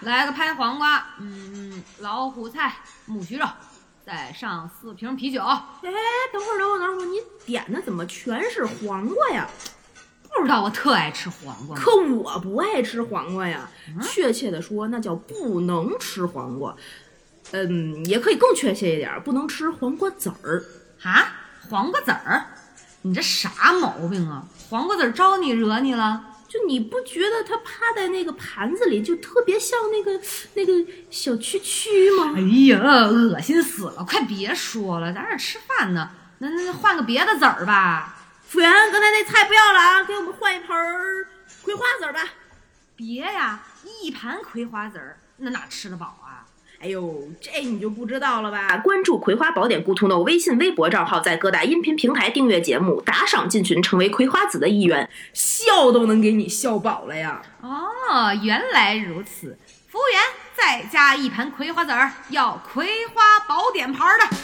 来个拍黄瓜，老虎菜、木须肉，再上4瓶啤酒。 哎，等会儿，你点的怎么全是黄瓜呀？ 不知道，我特爱吃黄瓜。 可我不爱吃黄瓜呀，确切的说，那叫不能吃黄瓜。也可以更确切一点，不能吃黄瓜籽儿。 啊，黄瓜籽儿？你这啥毛病啊？黄瓜籽儿招你惹你了？ 就你不觉得它趴在那个盘子里，就特别像那个小蛐蛐吗？ 哎呀，恶心死了！快别说了，咱这吃饭呢。那换个别的籽儿吧。 服务员，刚才那菜不要了啊，给我们换一盆葵花籽儿吧。 别呀，一盘葵花籽儿，那哪吃得饱啊？ 哎呦，这你就不知道了吧？关注葵花宝典 Good to Know 微信、微博账号，在各大音频平台订阅节目，打赏进群，成为葵花籽的一员，笑都能给你笑饱了呀！ 哦，原来如此。服务员，再加一盘葵花籽儿，要葵花宝典牌的。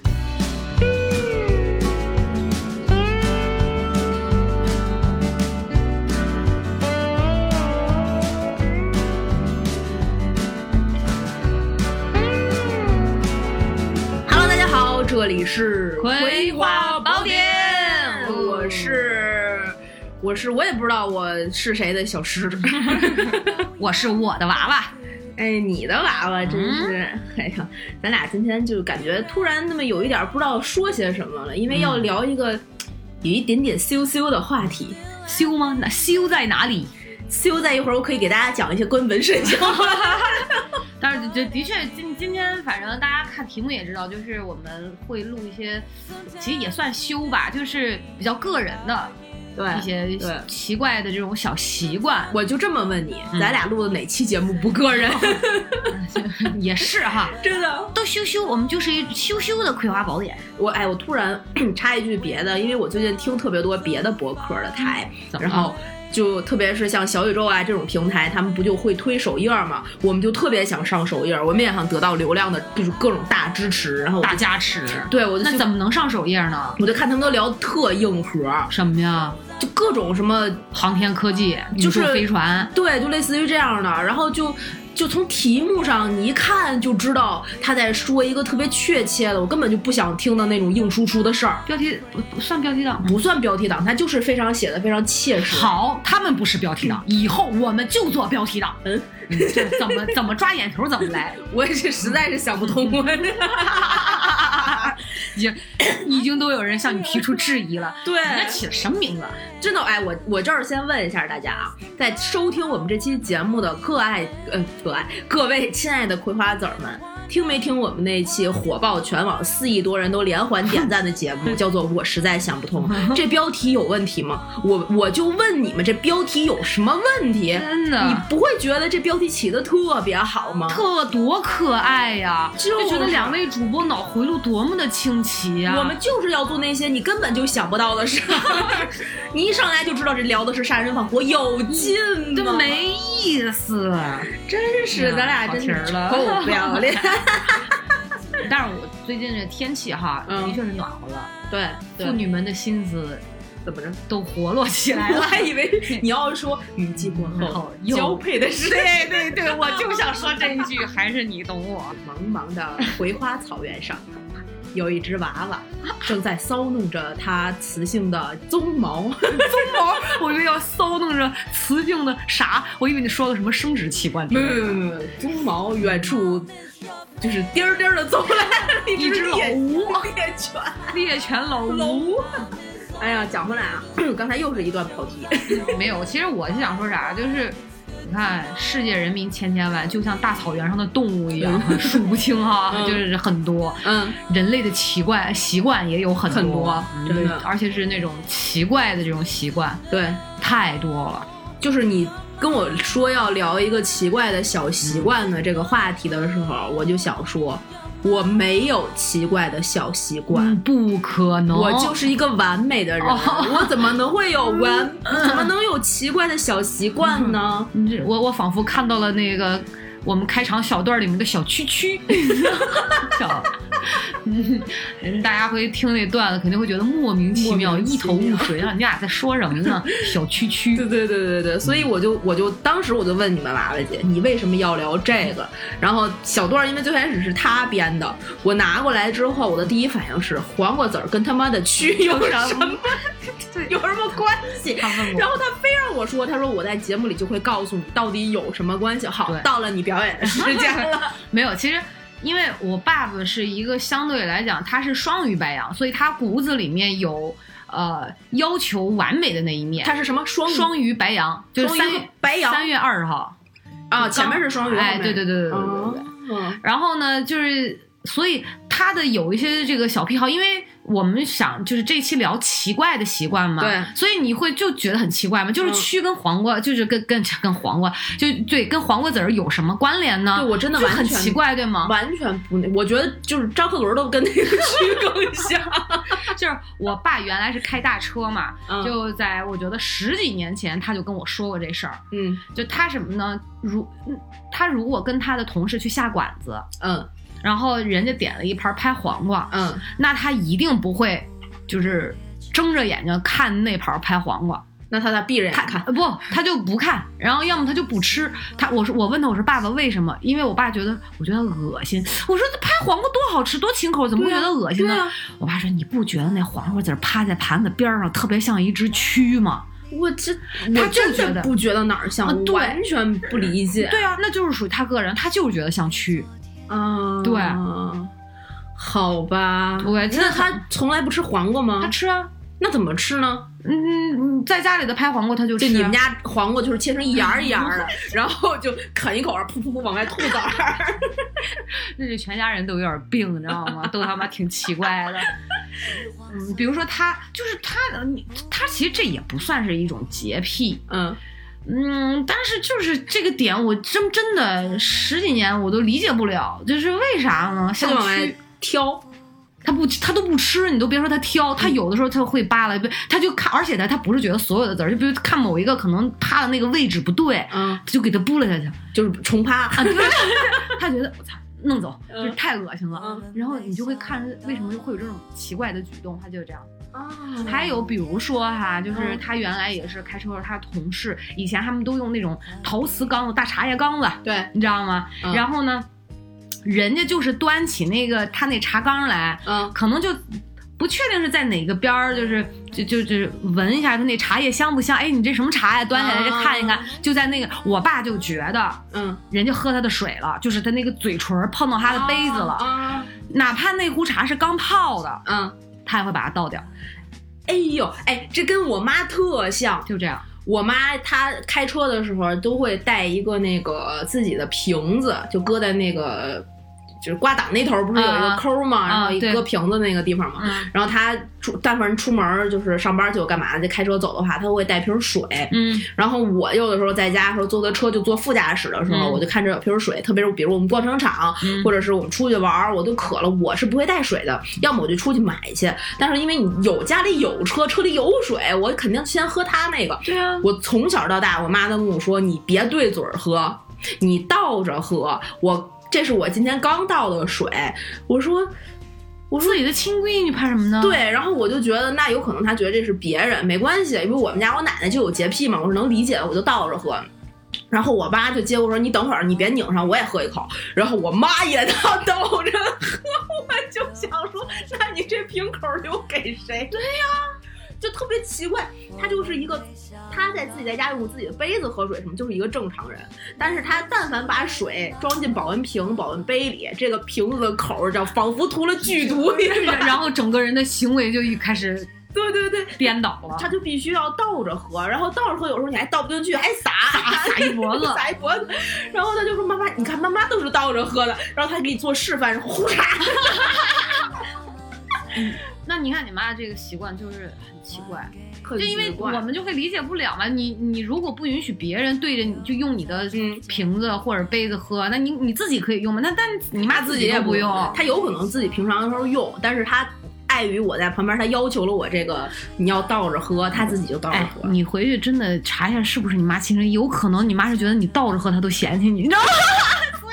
这里是葵花宝典， 我也不知道我是谁的小诗， 我是我的娃娃。 哎，你的娃娃真是，哎呀，咱俩今天就感觉突然那么有一点不知道说些什么了，因为要聊一个有一点点羞的话题。 羞吗？那羞在哪里？ 羞在一会儿我可以给大家讲一些关于纹身相关的。 但是这的确今天反正大家看题目也知道，就是我们会录一些其实也算羞吧，就是比较个人的一些奇怪的这种小习惯。 我就这么问你，咱俩录的哪期节目不个人？ 也是哈， 真的都羞，我们就是一羞的葵花宝典。 我突然插一句别的，因为我最近听特别多别的博客的台，然后就特别是像小宇宙啊这种平台，他们不就会推首页嘛？我们就特别想上首页，我们也想得到流量的，就是各种大支持，然后大加持。 对，我就那怎么能上首页呢？ 我就看他们都聊特硬核， 什么呀？ 就各种什么航天科技， 就是宇宙飞船， 对，就类似于这样的，然后就从题目上你一看就知道他在说一个特别确切的，我根本就不想听的那种硬输出的事儿。 标题不算标题党， 不算标题党，他就是写的非常切实。 好，他们不是标题党，以后我们就做标题党。这怎么抓眼球怎么来？ 我也是实在是想不通了。 已经都有人向你提出质疑了。 对， 人家起了什么名字？ 真的，我这儿先问一下大家啊，在收听我们这期节目的各位亲爱的葵花籽儿们，听没听我们那期火爆全网4亿多人都连环点赞的节目，叫做我实在想不通，这标题有问题吗？我就问你们，这标题有什么问题？ 真的， 你不会觉得这标题起得特别好吗？ 多可爱呀！就觉得2位主播脑回路多么的清奇呀！ 我们就是要做那些你根本就想不到的事儿。你一上来就知道这聊的是杀人放火，有劲吗？ 这没意思， 真是咱俩真是臭不要脸。 但是我最近这天气哈，的确是暖和了。 对， 妇女们的心思怎么着都活络起来了。 我还以为你要说雨季过后交配的事。 对，我就想说这一句，还是你懂我。 茫茫的葵花草原上，有一只娃娃正在搔弄着它雌性的鬃毛。 我以为要搔弄着雌性的啥？我以为你说个什么生殖器官。 没有，鬃毛远处就是颠儿颠儿的走来了一只老吴猎犬老吴。哎呀，讲回来啊，刚才又是一段跑题。 没有，其实我是想说啥，就是你看世界人民千万，就像大草原上的动物一样，数不清哈，就是很多。人类的奇怪习惯也有很多， 真的， 而且是那种奇怪的这种习惯， 对， 太多了。 就是你跟我说要聊一个奇怪的小习惯的这个话题的时候，我就想说，我没有奇怪的小习惯， 不可能， 我就是一个完美的人，我怎么能会有怎么能有奇怪的小习惯呢？ 我仿佛看到了那个我们开场小段里面的小蛐蛐，大家会听那段子肯定会觉得莫名其妙，一头雾水啊，你俩在说什么呢？小蛐蛐。 对，所以我就当时我就问你们娃娃姐，你为什么要聊这个？然后小段因为最开始是他编的，我拿过来之后，我的第一反应是黄瓜籽儿跟他妈的蛆有什么有什么关系？然后他非让我说，他说我在节目里就会告诉你到底有什么关系。好，到了你表演的时间了。 没有，其实因为我爸爸是一个相对来讲他是双鱼白羊，所以他骨子里面有要求完美的那一面。 他是什么双鱼白羊？就是3月20号啊，前面是双鱼。 哎，对。然后呢，就是所以他的有一些这个小癖好，因为我们想就是这期聊奇怪的习惯嘛， 对， 所以你会就觉得很奇怪嘛，就是蛆跟黄瓜，就是跟黄瓜，就对，跟黄瓜籽儿有什么关联呢？ 对，我真的完全很奇怪，对吗？ 完全不，我觉得就是张鹤伦都跟那个蛆更像。 就是我爸原来是开大车嘛，就在我觉得10几年前他就跟我说过这事儿，就他什么呢？他如果跟他的同事去下馆子，然后人家点了一盘拍黄瓜，那他一定不会就是睁着眼睛看那盘拍黄瓜， 那他闭着眼看， 不，他就不看，然后要么他就不吃。我问他，我说爸爸为什么？因为我爸觉得恶心。我说拍黄瓜多好吃多清口，怎么会觉得恶心呢？我爸说你不觉得那黄瓜籽趴在盘子边上特别像一只蛆吗？ 他真的不觉得哪儿像，我完全不理解。 对啊，那就是属于他个人，他就是觉得像蛆。对， 好吧。那他从来不吃黄瓜吗？ 他吃啊。 那怎么吃呢？ 在家里的拍黄瓜他就吃。 就你们家黄瓜就是切成一芽一芽的，然后就啃一口，噗噗噗往外吐籽儿。 那是全家人都有点病，你知道吗？都他妈挺奇怪的。比如说他其实这也不算是一种洁癖，但是就是这个点我真的10几年我都理解不了，就是为啥呢？像蛆挑。 他都不吃，你都别说他挑，他有的时候他会扒拉，他就看，而且他不是觉得所有的籽儿，就比如看某一个可能趴的那个位置不对，他就给他拨了下去， 就是重趴啊， 对，他觉得我操弄走，就是太恶心了，然后你就会看为什么会有这种奇怪的举动，他就是这样。还有比如说哈，就是他原来也是开车，他同事以前他们都用那种陶瓷缸子、大茶叶缸子， 对， 你知道吗？然后呢？人家就是端起那个他那茶缸来，可能就不确定是在哪个边儿，就是闻一下他那茶叶香不香？哎，你这什么茶呀？端起来这看一看，就在那个，我爸就觉得，人家喝他的水了，就是他那个嘴唇碰到他的杯子了，哪怕那壶茶是刚泡的，他也会把它倒掉。 哎呦，哎，这跟我妈特像， 就这样。 我妈她开车的时候都会带一个那个自己的瓶子，就搁在那个就是挂档那头不是有一个扣吗？然后一搁瓶子那个地方嘛。然后她但凡出门就是上班就干嘛就开车走的话，她会带瓶水。然后我有的时候在家的时候坐的车就坐副驾驶的时候，我就看着有瓶水，特别是比如我们逛商场，或者是我们出去玩，我都渴了，我是不会带水的，要么我就出去买去。但是因为你家里有车里有水，我肯定先喝它那个。 对啊， 我从小到大，我妈都跟我说，你别对嘴喝，你倒着喝。这是我今天刚倒的水，我说自己的亲闺女怕什么呢？ 对，然后我就觉得那有可能他觉得这是别人，没关系，因为我们家我奶奶就有洁癖嘛，我是能理解的，我就倒着喝。然后我妈就接过说你等会儿你别拧上，我也喝一口。然后我妈也倒着喝，我就想说那你这瓶口留给谁？ 对呀， 就特别奇怪，他就是一个他在自己在家用自己的杯子喝水什么，就是一个正常人。但是他但凡把水装进保温瓶、保温杯里，这个瓶子的口就仿佛涂了剧毒一样， 然后整个人的行为就一开始对颠倒了。 他就必须要倒着喝，然后倒着喝有时候你还倒不进去，还洒一脖子， 洒一脖子。然后他就说妈妈，你看妈妈都是倒着喝的，然后他给你做示范，然后呼嚓。 那你看你妈这个习惯就是很奇怪，就因为我们就会理解不了嘛。你如果不允许别人对着你就用你的瓶子或者杯子喝，那你自己可以用吗？但你妈自己也不用， 她有可能自己平常的时候用，但是她碍于我在旁边，她要求了我这个你要倒着喝，她自己就倒着喝。 你回去真的查一下是不是你妈亲生，有可能你妈是觉得你倒着喝她都嫌弃你，你知道吗？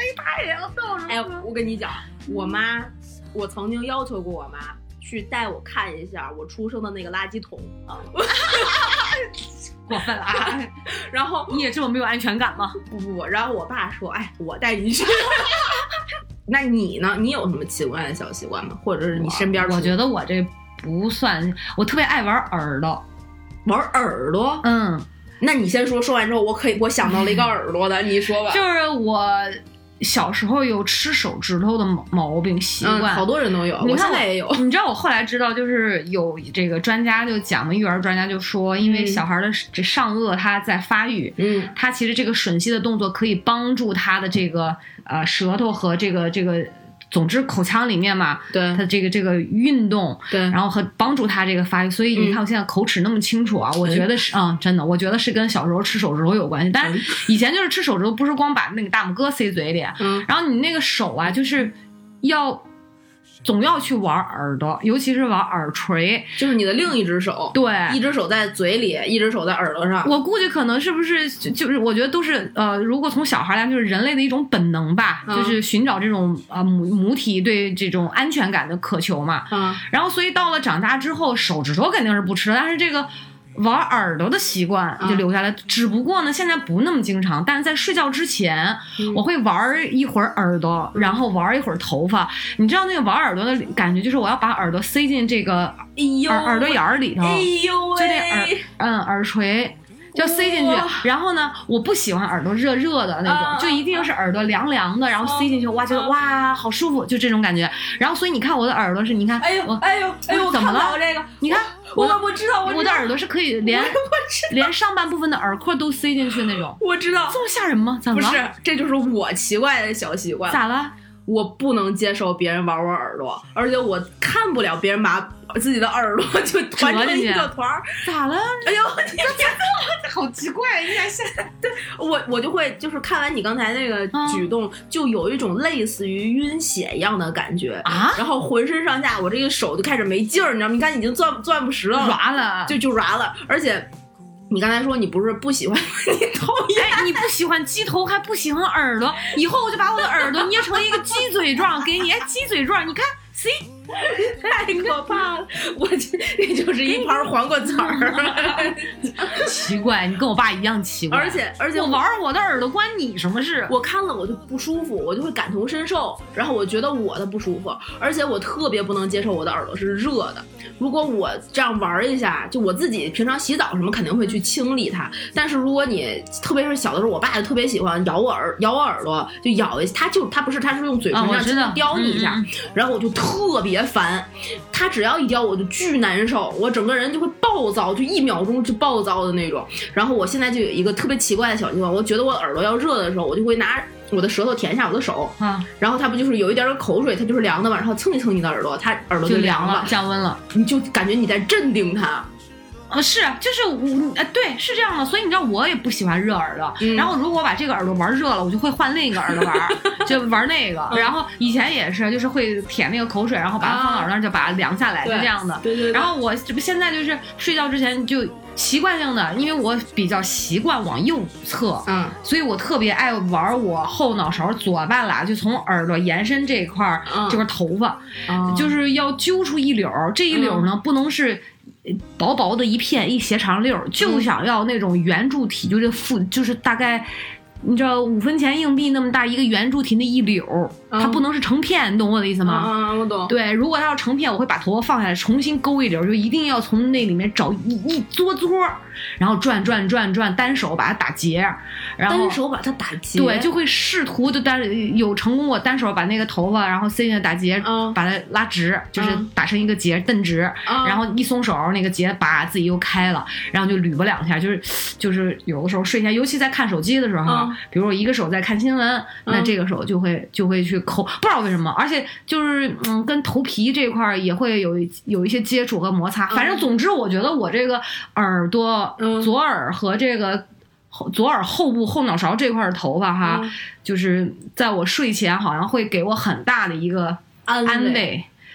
哎，我跟你讲，我曾经要求过我妈去带我看一下我出生的那个垃圾桶啊。 过分了啊！ 然后你也这么没有安全感吗？ 不，然后我爸说：“哎，我带你去。”那你呢？你有什么奇怪的小习惯吗？或者是你身边？ 我觉得我这不算，我特别爱玩耳朵。 玩耳朵？ 嗯， 那你先说，说完之后我想到了一个耳朵的，你说吧。 就是我小时候有吃手指头的毛病习惯， 好多人都有，我现在也有。 你知道我后来知道，就是有这个专家就讲嘛，育儿专家就说，因为小孩的这上颚它在发育，它其实这个吮吸的动作可以帮助他的这个舌头和这个。总之口腔里面嘛， 对它这个运动， 对， 然后和帮助它这个发育，所以你看我现在口齿那么清楚啊，我觉得是真的，我觉得是跟小时候吃手指头有关系。但是以前就是吃手指头，不是光把那个大拇哥塞嘴里，然后你那个手啊，就是总要去玩耳朵，尤其是玩耳垂， 就是你的另一只手， 对， 一只手在嘴里，一只手在耳朵上。 我估计可能是不是就是我觉得都是如果从小孩来就是人类的一种本能吧，就是寻找这种母体对这种安全感的渴求嘛。然后所以到了长大之后，手指头肯定是不吃的，但是这个玩耳朵的习惯就留下来，只不过呢现在不那么经常，但是在睡觉之前，我会玩一会儿耳朵，然后玩一会儿头发。你知道那个玩耳朵的感觉，就是我要把耳朵塞进这个耳朵眼儿里头，就那耳垂就塞进去，然后呢，我不喜欢耳朵热热的那种，就一定是耳朵凉凉的，然后塞进去，哇，觉得哇好舒服，就这种感觉。然后所以你看我的耳朵是，你看， 哎呦， 怎么了？ 这个， 你看， 我知道， 我的耳朵是可以连上半部分的耳廓都塞进去那种。 我知道， 这么吓人吗？怎么了？ 不是，这就是我奇怪的小习惯。 咋了？ 我不能接受别人玩我耳朵，而且我看不了别人把自己的耳朵就团成一个团儿。 咋了？ 哎呦， 你好奇怪！你看现在， 对我就会就是看完你刚才那个举动，就有一种类似于晕血一样的感觉啊， 然后浑身上下我这个手就开始没劲儿，你知道吗？你看已经攥不实了， 软了， 就软了，而且。你刚才说你不是不喜欢你讨厌， 你不喜欢鸡头还不喜欢耳朵，以后我就把我的耳朵捏成一个鸡嘴状给你，鸡嘴状，你看 ，see， 太可怕了，这就是一盘黄瓜籽儿。 奇怪，你跟我爸一样奇怪， 而且我玩我的耳朵关你什么事？ 我看了我就不舒服，我就会感同身受，然后我觉得我的不舒服，而且我特别不能接受我的耳朵是热的。如果我这样玩一下，就我自己平常洗澡什么肯定会去清理它，但是如果你特别是小的时候，我爸就特别喜欢咬我耳朵，就咬一下，他是用嘴唇这样叼你一下，然后我就特别烦，他只要一叼我就巨难受，我整个人就会暴躁，就1秒钟就暴躁的那种。然后我现在就有一个特别奇怪的小习惯，我觉得我耳朵要热的时候，我就会拿我的舌头舔一下我的手，然后它不就是有一点口水，它就是凉的嘛，然后蹭一蹭你的耳朵，它耳朵就凉了， 降温了， 你就感觉你在镇定它。 是，就是对，是这样的。所以你知道我也不喜欢热耳朵，然后如果我把这个耳朵玩热了，我就会换另一个耳朵玩，就玩那个。然后以前也是，就是会舔那个口水，然后把它放到耳朵上，就把它凉下来，就这样的。 对。 然后我这不现在就是睡觉之前就习惯性的，因为我比较习惯往右侧，所以我特别爱玩我后脑勺左半拉，就从耳朵延伸这块这块头发，就是要揪出一绺，这一绺呢不能是。薄薄的一片一斜长溜，就想要那种圆柱体，就是大概你知道5分钱硬币那么大一个圆柱体的一绺，它不能是成片，你懂我的意思吗？ 我懂。 对，如果它要成片，我会把头发放下来，重新勾一绺，就一定要从那里面找一撮，然后转，单手把它打结，然后单手把它打结， 对，就会试图的有成功过单手把那个头发然后塞进打结，把它拉直，就是打成一个结蹬直，然后一松手那个结把自己又开了，然后就捋吧2下，就是有的时候睡前，尤其在看手机的时候，比如我一个手在看新闻，那这个手就会去抠，不知道为什么，而且就是跟头皮这块也会有一些接触和摩擦，反正总之我觉得我这个耳朵。左耳和这个左耳后部后脑勺这块的头发就是在我睡前好像会给我很大的一个安慰。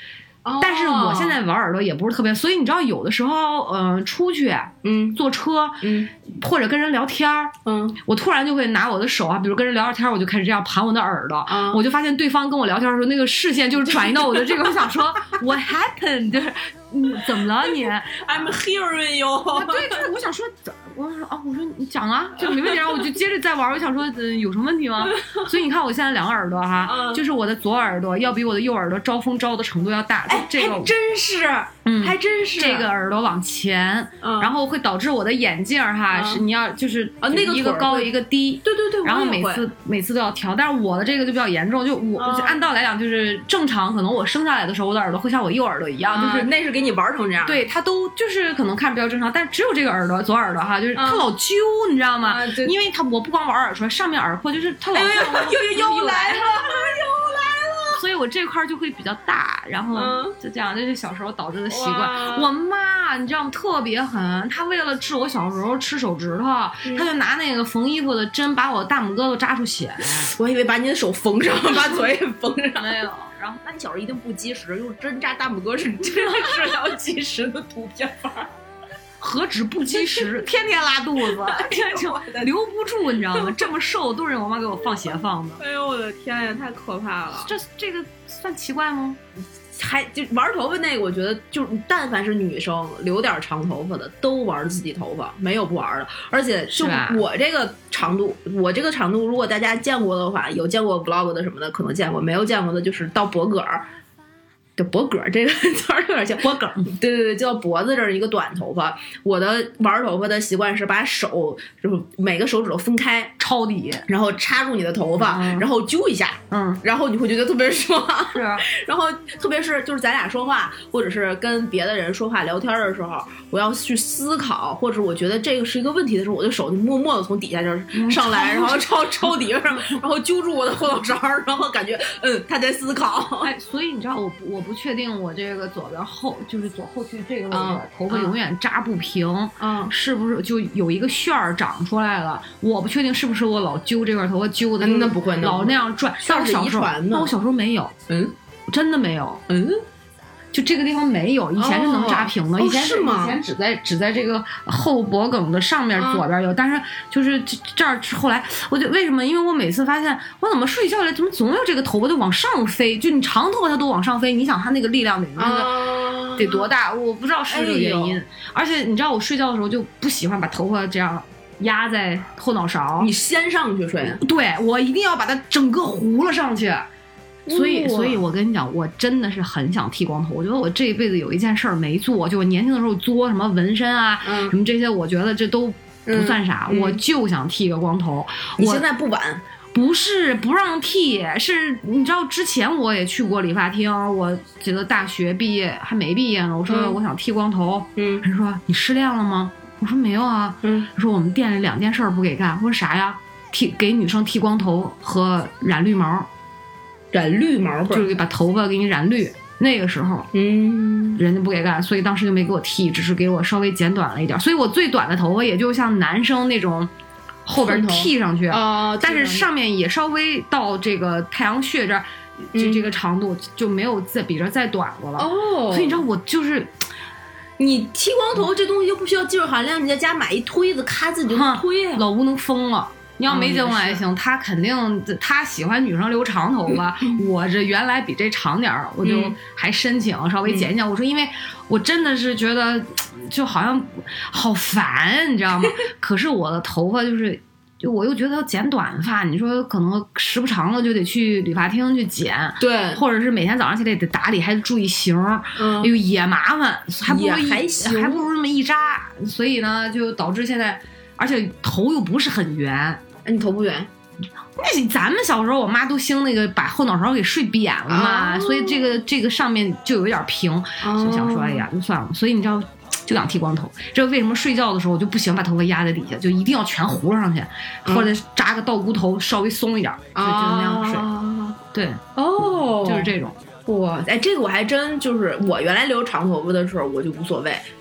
但是我现在玩耳朵也不是特别，所以你知道有的时候出去坐车或者跟人聊天我突然就会拿我的手啊，比如跟人聊天我就开始这样盘我的耳朵我就发现对方跟我聊天的时候那个视线就是转移到我的这个我想说 What happened 就是怎么了你 I'm hearing you 对，就是我想说我说你讲啊，就没问题，然后我就接着再玩，我想说有什么问题吗？所以你看我现在2个耳朵哈，就是我的左耳朵要比我的右耳朵招风招的程度要大，这个还真是，还真是这个耳朵往前，然后会导致我的眼镜哈是你要就是那个一个高一个低， 对， 然后每次都要调，但是我的这个就比较严重，就我按道理来讲就是正常，可能我生下来的时候我的耳朵会像我右耳朵一样，就是那是给你玩成这样， 对，它都就是可能看着比较正常，但只有这个耳朵左耳朵哈，就是它老揪，你知道吗？因为我不光玩耳垂，上面耳廓就是它老揪， 又来了。 所以我这块就会比较大，然后就这样，这是小时候导致的习惯。我妈你知道吗，特别狠，她为了治我小时候吃手指头，她就拿那个缝衣服的针把我大拇哥都扎出血。 我以为把你的手缝上，把嘴也缝上。 没有。然后那你小时候一定不积食，用针扎大拇哥是治疗积食的图片法。 何止不积食，天天拉肚子，留不住，你知道吗？这么瘦都是我妈给我放血放的。 哎呦我的天呀，太可怕了！ 这个算奇怪吗？ 还就玩头发那个，我觉得就是但凡是女生留点长头发的，都玩自己头发，没有不玩的。而且就我这个长度，如果大家见过的话，有见过 vlog 的什么的，可能见过；没有见过的，就是到脖梗儿。这脖梗这个词儿有点像脖梗， 对，就到脖子这儿一个短头发。我的玩头发的习惯是把手就是每个手指头分开抄底， 然后插入你的头发，然后揪一下，然后你会觉得特别爽。 是， 然后特别是就是咱俩说话，或者是跟别的人说话聊天的时候，我要去思考，或者我觉得这个是一个问题的时候，我的手就默默的从底下就上来，然后抄底上，然后揪住我的后脑勺，然后感觉他在思考。 哎，所以你知道我不确定我这个左边就是左后区这个位置，头发永远扎不平，是不是就有一个旋儿长出来了？我不确定是不是我老揪这块头发揪的， 那不会， 老那样转。但我小时候，没有，真的没有，就这个地方没有，以前是能扎平的，以前只在这个后脖梗的上面左边有，但是就是这儿后来我就为什么？因为我每次发现我怎么睡觉来怎么总有这个头发就往上飞，就你长头发它都往上飞，你想它那个力量得多大？我不知道是这个原因，而且你知道我睡觉的时候就不喜欢把头发这样压在后脑勺， 你先上去睡， 对我一定要把它整个糊了上去。所以我跟你讲，我真的是很想剃光头。我觉得我这一辈子有一件事儿没做，就我年轻的时候作什么纹身啊，什么这些，我觉得这都不算啥，我就想剃个光头。 你现在不晚？ 不是不让剃，是你知道之前我也去过理发厅，我记得大学毕业还没毕业呢，我说我想剃光头，人说你失恋了吗？我说没有啊，他说我们店里2件事不给干，我说啥呀？给女生剃光头和染绿毛。 染绿毛就是把头发给你染绿，那个时候人家不给干，所以当时就没给我剃，只是给我稍微剪短了一点，所以我最短的头发也就像男生那种后边剃上去但是上面也稍微到这个太阳穴这儿这个长度就没有比这再短过了所以你知道我就是你剃光头这东西又不需要技术含量，你在家买一推子咔自己就能推老吴能疯了。你要没结婚还行，他肯定他喜欢女生留长头发，我这原来比这长点儿，我就还申请稍微剪剪。我说因为我真的是觉得就好像好烦，你知道吗？可是我的头发就我又觉得要剪短发，你说可能时不长了就得去理发厅去剪， 对， 或者是每天早上起来得打理，还得注意型，哎呦也麻烦，还不如这么一扎，所以呢就导致现在，而且头又不是很圆。 你头不圆？ 那咱们小时候，我妈都兴那个把后脑勺给睡扁了嘛，所以这个上面就有点平，就想说哎呀就算了。所以你知道，就想剃光头。这为什么睡觉的时候我就不喜欢把头发压在底下，就一定要全糊上去，或者扎个稻菇头稍微松一点，就那样睡。对，就是这种。 哇，哎，这个我还真就是我原来留长头发的时候我就无所谓。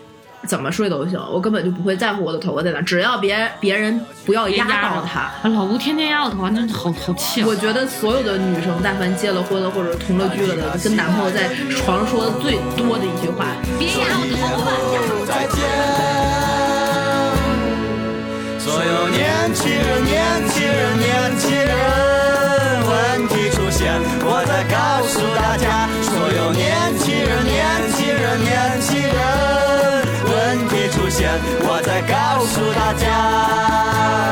怎么睡都行，我根本就不会在乎我的头发在哪，只要别人不要压到它。 老吴天天压我头发，真的好气。 我觉得所有的女生，但凡结了婚了或者同了居了的，跟男朋友在床上说的最多的一句话， 别压我头发。 再见，所有年轻人，问题出现，我在告诉大家，所有年轻人，问题出现，我在告诉大家。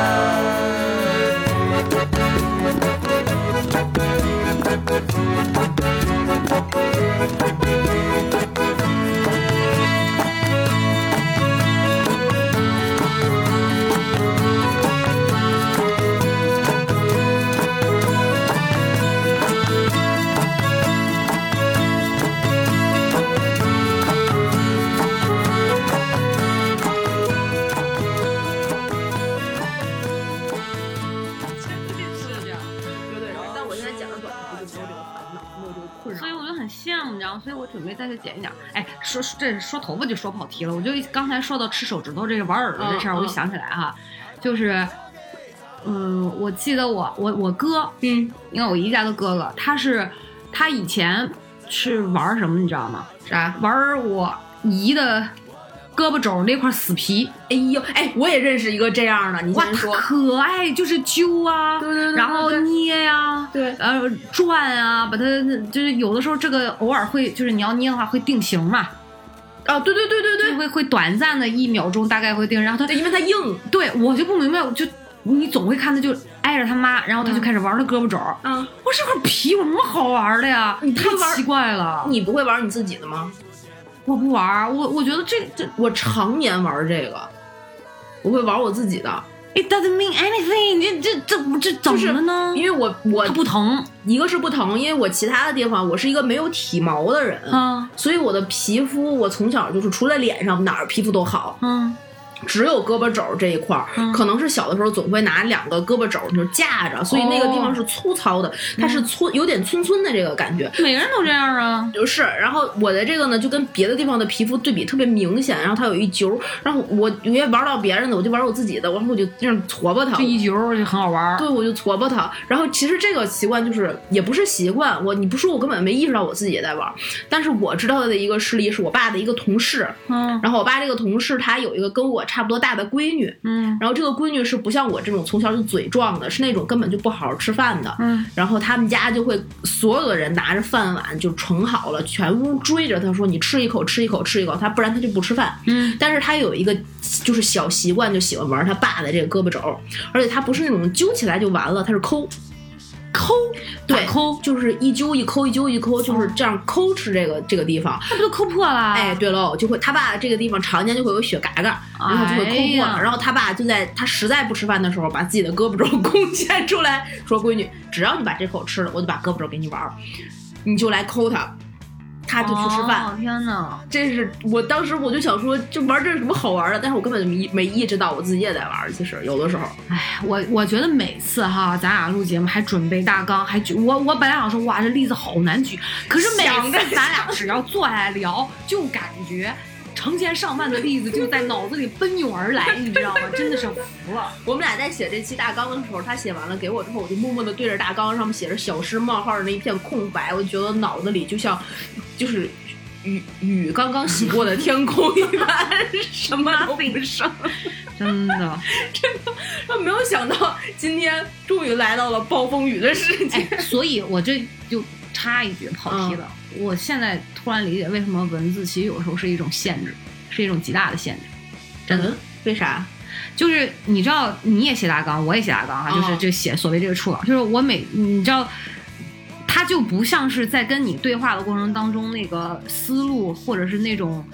所以我准备再去剪一点。哎，说头发就说跑题了，我就刚才说到吃手指头这个玩耳朵这事儿，我就想起来哈，就是，我记得我哥，因为我姨家的哥哥，他以前是玩什么你知道吗？ 啥？ 玩我姨的胳膊肘那块死皮。 哎呦，哎，我也认识一个这样的，你先说。 可爱，就是揪啊， 对， 然后捏呀， 对， 转啊，把它就是有的时候这个偶尔会，就是你要捏的话会定型嘛。 啊，对， 会短暂的1秒钟大概会定，然后他因为它硬， 对我就不明白，就你总会看他就挨着他妈，然后他就开始玩他胳膊肘。我这块皮有什么好玩的呀？你太奇怪了。 你不会玩你自己的吗？ 我不玩，我觉得这我常年玩这个，我会玩我自己的。 It doesn't mean anything， 这怎么了呢？ 因为我它不疼， 一个是不疼，因为我其他的地方我是一个没有体毛的人，所以我的皮肤我从小就是除了脸上哪儿皮肤都好，只有胳膊肘这一块可能是小的时候总会拿2个胳膊肘就架着，所以那个地方是粗糙的，它是有点皴皴的这个感觉。 每个人都这样啊。 就是，然后我的这个呢就跟别的地方的皮肤对比特别明显，然后它有一揪，然后我也玩到别人的，我就玩我自己的，然后我就这样搓吧它， 这一揪就很好玩。 对，我就搓吧它。然后其实这个习惯就是也不是习惯，你不说我根本没意识到我自己也在玩，但是我知道的一个事例是我爸的一个同事，然后我爸这个同事他有一个跟我差不多大的闺女，然后这个闺女是不像我这种从小就嘴壮的，是那种根本就不好好吃饭的，然后他们家就会所有的人拿着饭碗就盛好了，全屋追着他说你吃一口吃一口吃一口，他不然他就不吃饭。但是他有一个就是小习惯，就喜欢玩他爸的这个胳膊肘，而且他不是那种揪起来就完了，他是抠，对，抠就是一揪一抠，一揪一抠，就是这样抠吃这个地方， 他不就抠破了？ 哎，对喽，就会他爸这个地方常年就会有血嘎嘎，然后就会抠破了。然后他爸就在他实在不吃饭的时候，把自己的胳膊肘贡献出来，说闺女，只要你把这口吃了，我就把胳膊肘给你玩，你就来抠它。他就去吃饭。 天哪！ 这是我当时我就想说，就玩这有什么好玩的？但是我根本就没意识到我自己也在玩。其实有的时候， 哎，我觉得每次哈，咱俩录节目还准备大纲，还举我本来想说，哇，这例子好难举。可是每次咱俩只要坐下来聊，就感觉成千上万的例子就在脑子里奔涌而来，你知道吗？真的是服了。 我们俩在写这期大纲的时候，他写完了给我之后，我就默默的对着大纲上面写着小诗冒号的那一片空白，我就觉得脑子里就像就是雨刚刚洗过的天空一般，什么都不剩。 真的， 我没有想到今天终于来到了暴风雨的世界。 所以我这就插一句跑题了。我现在突然理解为什么文字其实有时候是一种限制，是一种极大的限制。真的？ 为啥？ 就是你知道，你也写大纲，我也写大纲啊，就是就写所谓这个初稿，就是你知道。它就不像是在跟你对话的过程当中那个思路，或者是那种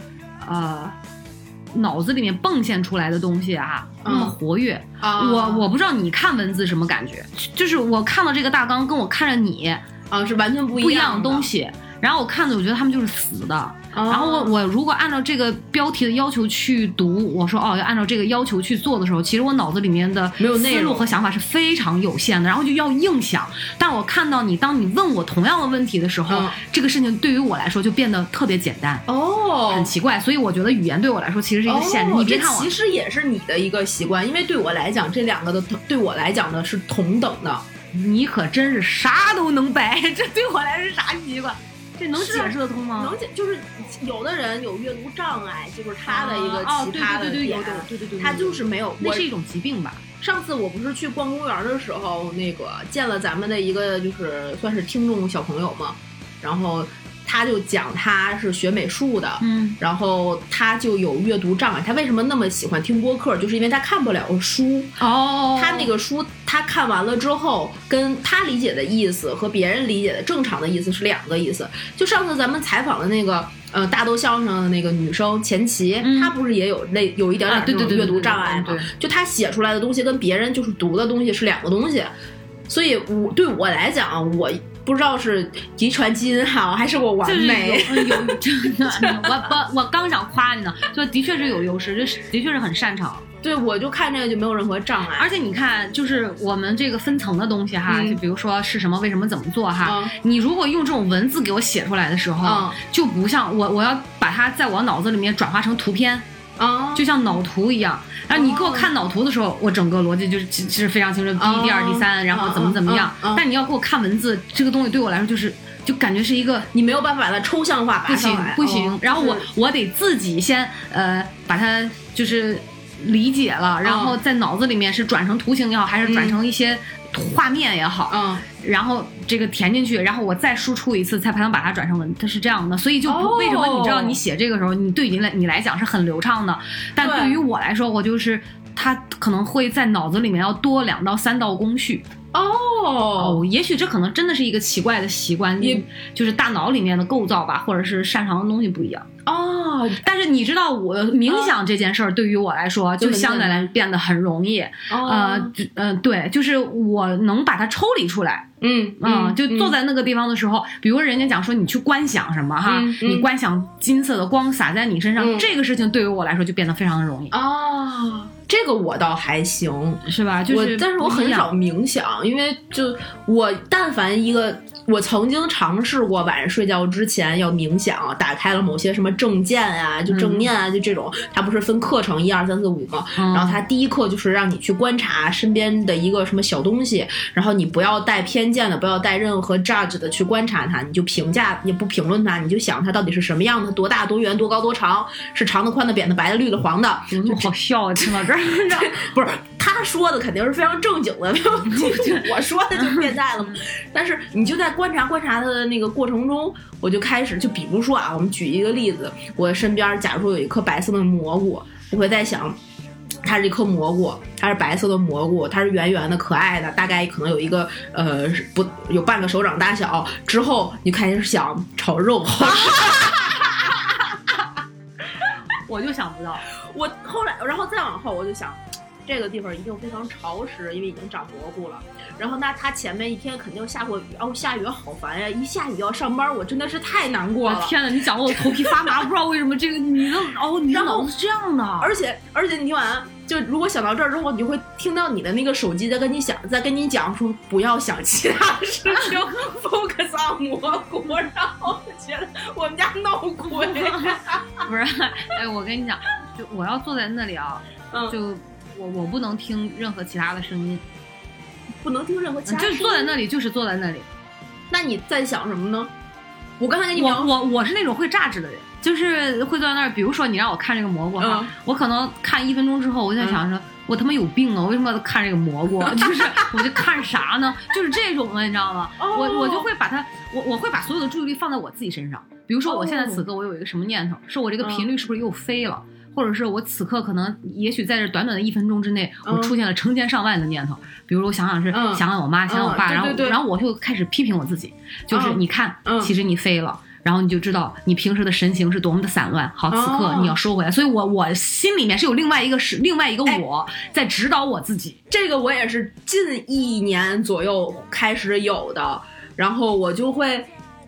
脑子里面迸现出来的东西啊，那么活跃。我不知道你看文字什么感觉，就是我看到这个大纲跟我看着你是完全不一样的东西。 然后我看的我觉得他们就是死的。然后我如果按照这个标题的要求去读，我说要按照这个要求去做的时候，其实我脑子里面的思路和想法是非常有限的，然后就要硬想。但我看到当你问我同样的问题的时候，这个事情对于我来说就变得特别简单，很奇怪。所以我觉得语言对我来说其实是一个限制。你别看我， 其实也是你的一个习惯，因为对我来讲，这两个的对我来讲呢是同等的。 你可真是啥都能掰，这对我来说是啥习惯？这能解释得通吗？ 能解，就是有的人有阅读障碍，就是他的一个奇葩的点， 对， 他就是没有， 那是一种疾病吧。 上次我不是去逛公园的时候，那个见了咱们的一个就是算是听众小朋友嘛，然后他就讲他是学美术的，然后他就有阅读障碍。他为什么那么喜欢听播客？就是因为他看不了书。他那个书他看完了之后，跟他理解的意思和别人理解的正常的意思是两个意思。就上次咱们采访的那个大豆相声的那个女生钱琦，她不是也有一点点这种阅读障碍吗？就她写出来的东西跟别人就是读的东西是两个东西。所以对我来讲，我不知道是遗传基因好还是我完美， 我刚想夸你呢，就的确是有优势，这的确是很擅长。 对，我就看这个就没有任何障碍。 而且你看，就是我们这个分层的东西哈，就比如说是什么，为什么，怎么做哈，你如果用这种文字给我写出来的时候，就不像我要把它在我脑子里面转化成图片。就像脑图一样，然后你给我看脑图的时候，我整个逻辑就是其实非常清楚，第一、第二、第三，然后怎么样。但你要给我看文字，这个东西对我来说就感觉是一个你没有办法把它抽象化， 不行。然后我得自己先把它就是理解了，然后在脑子里面是转成图形也好，还是转成一些画面也好，然后这个填进去，然后我再输出一次，才才能把它转成文，它是这样的。所以就为什么你知道你写这个时候，你对你来讲是很流畅的，但对于我来说，我就是它可能会在脑子里面要多2到3道工序。也许这可能真的是一个奇怪的习惯，就是大脑里面的构造吧，或者是擅长的东西不一样。但是你知道，我冥想这件事儿对于我来说，就相对来变得很容易。对，就是我能把它抽离出来。就坐在那个地方的时候，比如人家讲说你去观想什么哈，你观想金色的光洒在你身上，这个事情对于我来说就变得非常的容易。 这个我倒还行， 是吧？就是但是我很少冥想，因为就我但凡一个。我曾经尝试过晚上睡觉之前要冥想，打开了某些什么正见啊，就正念啊，就这种，它不是分课程1、2、3、4、5吗？然后它第一课就是让你去观察身边的一个什么小东西，然后你不要带偏见的，不要带任何 judge 的去观察它，你就评价也不评论它，你就想它到底是什么样的，多大多圆多高多长，是长的宽的扁的白的绿的黄的。 就好笑啊，听到这儿不是他说的肯定是非常正经的，我说的就变态了。但是你就在观察他的那个过程中，我就开始就比如说啊，我们举一个例子，我身边假如说有一颗白色的蘑菇，我会在想它是一颗蘑菇，它是白色的蘑菇，它是圆圆的可爱的，大概可能有一个有半个手掌大小，之后你开始想炒肉我就想不到， 我后来然后再往后我就想这个地方一定非常潮湿，因为已经长蘑菇了。然后那它前面一天肯定下过雨，下雨好烦呀！一下雨要上班，我真的是太难过了。 天哪，你讲的我头皮发麻，不知道为什么这个你的脑子是这样的。 而且你听完，就如果想到这儿之后，你会听到你的那个手机在跟你讲说不要想其他事情，focus on 蘑菇，然后觉得我们家闹鬼。 不是，我跟你讲，就我要坐在那里啊，就。我不能听任何其他的声音， 不能听任何其他声音， 就坐在那里，就是坐在那里。 那你在想什么呢？我刚才跟你我是那种会榨汁的人，就是会坐在那儿。比如说你让我看这个蘑菇哈，我可能看1分钟之后，我就在想说，我他妈有病啊！我为什么要看这个蘑菇？就是我就看啥呢？就是这种的，你知道吗？我就会把它，我会把所有的注意力放在我自己身上。比如说我现在此刻我有一个什么念头，是我这个频率是不是又飞了？或者是我此刻可能也许在这短短的1分钟之内，我出现了成千上万的念头。比如我想想想想我妈，想想我爸，然后我就开始批评我自己，就是你看，其实你飞了，然后你就知道你平时的神情是多么的散乱。好，此刻你要收回来。所以我心里面是有另外一个我在指导我自己。 这个我也是近1年左右开始有的，然后我就会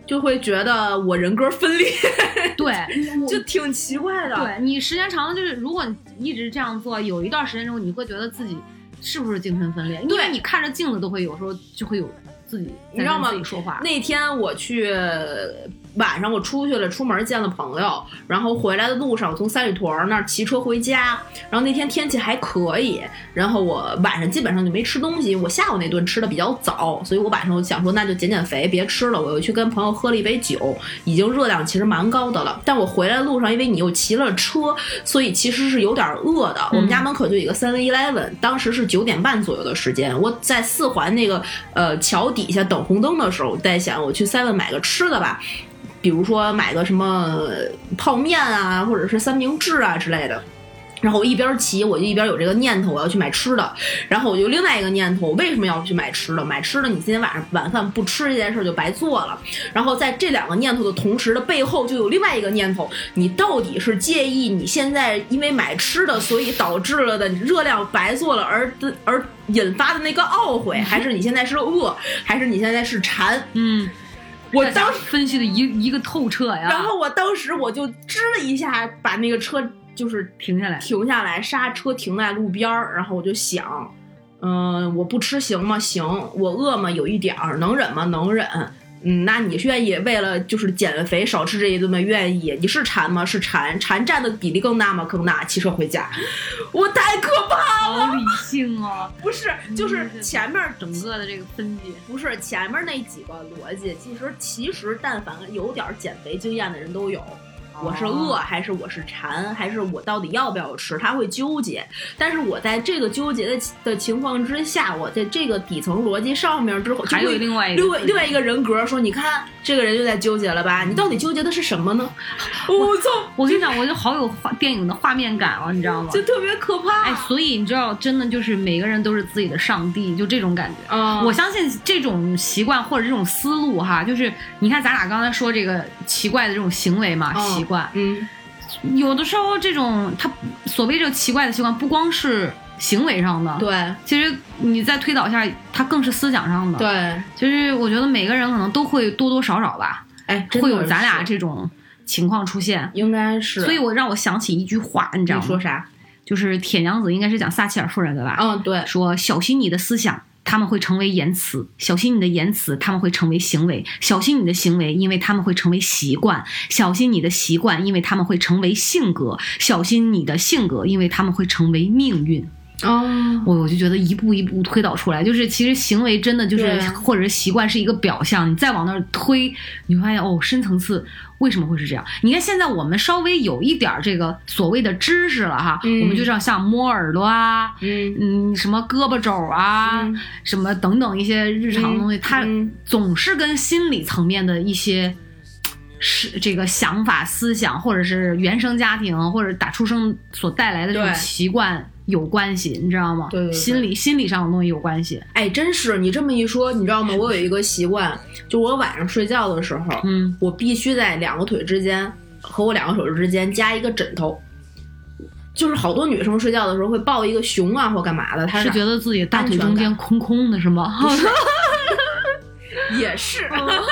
就会觉得我人格分裂， 对， 就挺奇怪的。 对，你时间长了，就是如果你一直这样做，有一段时间之后，你会觉得自己是不是精神分裂？因为你看着镜子都会有时候就会有自己， 你知道吗？ 自己说话。 那天我去晚上我出去了，出门见了朋友，然后回来的路上我从三里屯那儿骑车回家，然后那天天气还可以，然后我晚上基本上就没吃东西，我下午那顿吃的比较早，所以我晚上我想说那就减减肥别吃了，我又去跟朋友喝了一杯酒，已经热量其实蛮高的了，但我回来的路上因为你又骑了车，所以其实是有点饿的。我们家门口就有一个 7-Eleven， 当时是9点半左右的时间，我在4环那个桥底下等红灯的时候，我在想我去 7买个吃的吧，比如说买个什么泡面啊，或者是三明治啊之类的。然后我一边骑，我就一边有这个念头，我要去买吃的。然后我就另外一个念头，为什么要去买吃的？买吃的，你今天晚饭不吃这件事就白做了。然后在这2个念头的同时的背后，就有另外一个念头，你到底是介意你现在因为买吃的，所以导致了的热量白做了而引发的那个懊悔，还是你现在是饿，还是你现在是馋？我当时分析的一个透彻呀。 然后我当时我就支了一下，把那个车就是停下来， 刹车停在路边儿，然后我就想，我不吃行吗？行，我饿吗？有一点儿，能忍吗？能忍。那你愿意为了就是减肥少吃这一顿吗？愿意。你是馋吗？是馋。馋占的比例更大吗？更大。骑车回家，我太可怕了。 好理性哦。 不是，就是前面整个的这个分解， 不是前面那几个逻辑，其实但凡有点减肥经验的人都有。我是饿还是我是馋，还是我到底要不要吃，他会纠结。但是我在这个纠结的情况之下，我在这个底层逻辑上面之后， 还有另外一个人格说，你看这个人就在纠结了吧，你到底纠结的是什么呢？我操！ 我跟你讲，我就好有电影的画面感啊，你知道吗？ 就特别可怕。 哎，所以你知道，真的就是每个人都是自己的上帝，就这种感觉。我相信这种习惯或者这种思路哈，就是你看咱俩刚才说这个奇怪的这种行为嘛，习惯。有的时候这种他所谓这个奇怪的习惯，不光是行为上的， 对， 其实你再推导一下，它更是思想上的。 对， 其实我觉得每个人可能都会多多少少吧，会有咱俩这种情况出现， 应该是。 所以让我想起一句话，你知道吗？ 你说啥？ 就是铁娘子应该是讲撒切尔夫人的吧？ 对， 说小心你的思想。他们会成为言辞，小心你的言辞，他们会成为行为，小心你的行为，因为他们会成为习惯，小心你的习惯，因为他们会成为性格，小心你的性格，因为他们会成为命运。我就觉得一步一步推导出来，就是其实行为真的就是或者是习惯是一个表象，你再往那儿推，你会发现深层次为什么会是这样。你看现在我们稍微有一点这个所谓的知识了哈，我们就像摸耳朵啊，什么胳膊肘啊，什么等等一些日常的东西，它总是跟心理层面的一些是这个想法思想，或者是原生家庭或者打出生所带来的这种习惯有关系，你知道吗？ 对， 心理上的东西有关系。 哎，真是你这么一说，你知道吗？我有一个习惯，就我晚上睡觉的时候，我必须在2个腿之间和我2个手指之间加一个枕头。就是好多女生睡觉的时候会抱一个熊啊或干嘛的，她是觉得自己大腿中间空空的是吗？ 不是也是。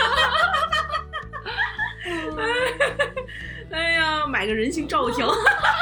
哎呀，买个人形照条。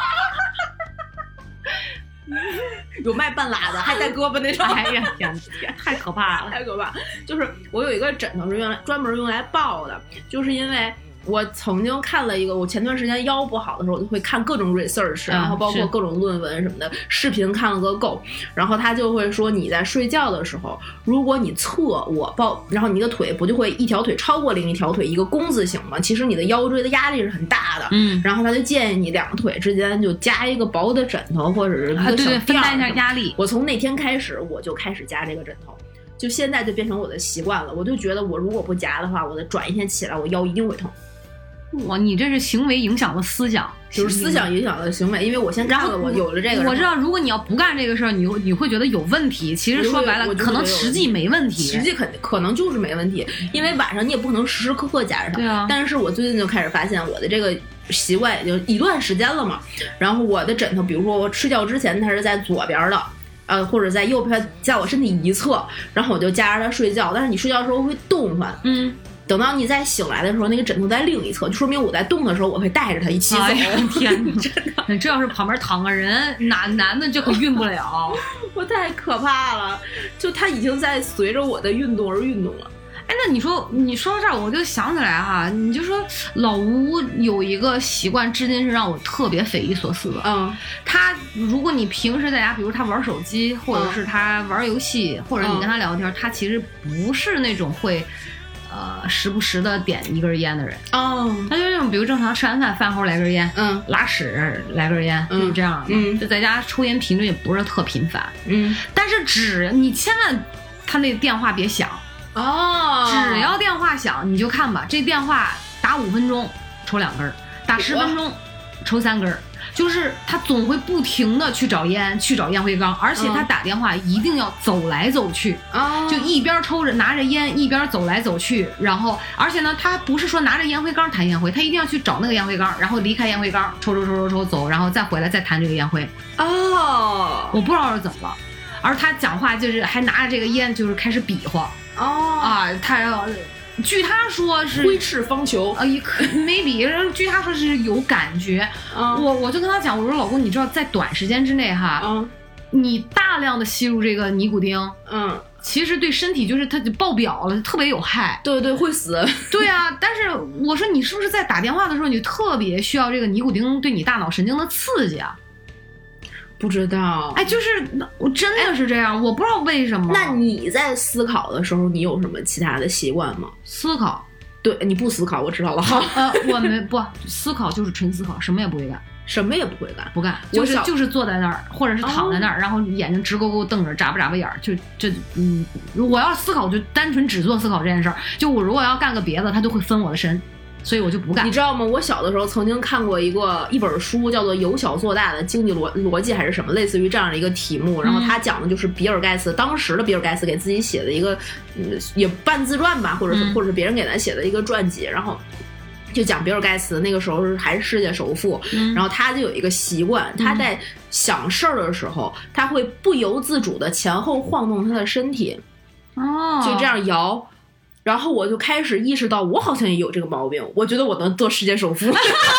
有卖半拉的，还带胳膊那种。 哎呀天，太可怕了， 太可怕！就是我有一个枕头是专门用来抱的，就是因为我曾经看了一个，我前段时间腰不好的时候，我就会看各种 research，然后包括各种论文什么的，视频看了个够。然后他就会说，你在睡觉的时候，如果你侧卧抱，然后你的腿不就会一条腿超过另一条腿一个弓字形吗？其实你的腰椎的压力是很大的。然后他就建议你2个腿之间就加一个薄的枕头，或者是一个小垫儿， 分担一下压力。 我从那天开始，我就开始加这个枕头。就现在就变成我的习惯了，我就觉得我如果不夹的话，我的转一天起来我腰一定会疼。 哇，你这是行为影响了思想， 就是思想影响了行为，因为我先看了，我有了这个， 我知道如果你要不干这个事儿，你会觉得有问题。其实说白了，可能实际没问题， 实际可能就是没问题，因为晚上你也不可能时时刻刻夹着它。 对啊。 但是我最近就开始发现我的这个习惯已经一段时间了嘛，然后我的枕头，比如说我睡觉之前它是在左边的。或者在右边，在我身体一侧，然后我就夹着它睡觉。但是你睡觉的时候会动弹， 等到你再醒来的时候，那个枕头在另一侧，就说明我在动的时候我会带着它一起走。 天哪， 真的， 这要是旁边躺个人，男的就可运不了。 我太可怕了，就他已经在随着我的运动而运动了。 哎，那你说到这儿，我就想起来哈，你就说老吴有一个习惯，至今是让我特别匪夷所思的。他如果你平时在家，比如他玩手机，或者是他玩游戏，或者你跟他聊天，他其实不是那种会。时不时的点一根烟的人他就那种，比如正常吃完饭饭后来根烟，拉屎来根烟，就是这样的。就在家抽烟频率也不是特频繁，但是你千万他那电话别响只要电话响你就看吧，这电话打5分钟抽2根，打10分钟抽3根。就是他总会不停的去找烟，去找烟灰缸，而且他打电话一定要走来走去，就一边抽着拿着烟一边走来走去，然后而且呢他不是说拿着烟灰缸弹烟灰，他一定要去找那个烟灰缸，然后离开烟灰缸抽走，然后再回来再弹这个烟灰。我不知道是怎么了，而他讲话就是还拿着这个烟就是开始比划他据他说是挥斥方遒 maybe 据他说是有感觉。我就跟他讲，我说老公，你知道在短时间之内你大量的吸入这个尼古丁其实对身体就是它就爆表了，特别有害。 对，会死。对啊，但是我说你是不是在打电话的时候你特别需要这个尼古丁对你大脑神经的刺激啊？ 不知道， 就是我真的是这样，我不知道为什么。 那你在思考的时候，你有什么其他的习惯吗？ 思考？ 对，你不思考，我知道了。 我不思考，就是纯思考，什么也不会干， 什么也不会干， 不干，就是坐在那儿，或者是躺在那儿，然后眼睛直勾勾瞪着，眨巴眼儿，我要思考就单纯只做思考这件事儿，就我如果要干个别的，他就会分我的神。所以我就不干。 你知道吗？我小的时候曾经看过一本书，叫做《由小做大的经济逻辑》还是什么，类似于这样的一个题目。然后他讲的就是比尔盖茨，当时的比尔盖茨给自己写的一个，也半自传吧，或者是别人给他写的一个传记。然后就讲比尔盖茨那个时候还是世界首富，然后他就有一个习惯，他在想事儿的时候，他会不由自主的前后晃动他的身体，就这样摇。然后我就开始意识到，我好像也有这个毛病。我觉得我能做世界首富。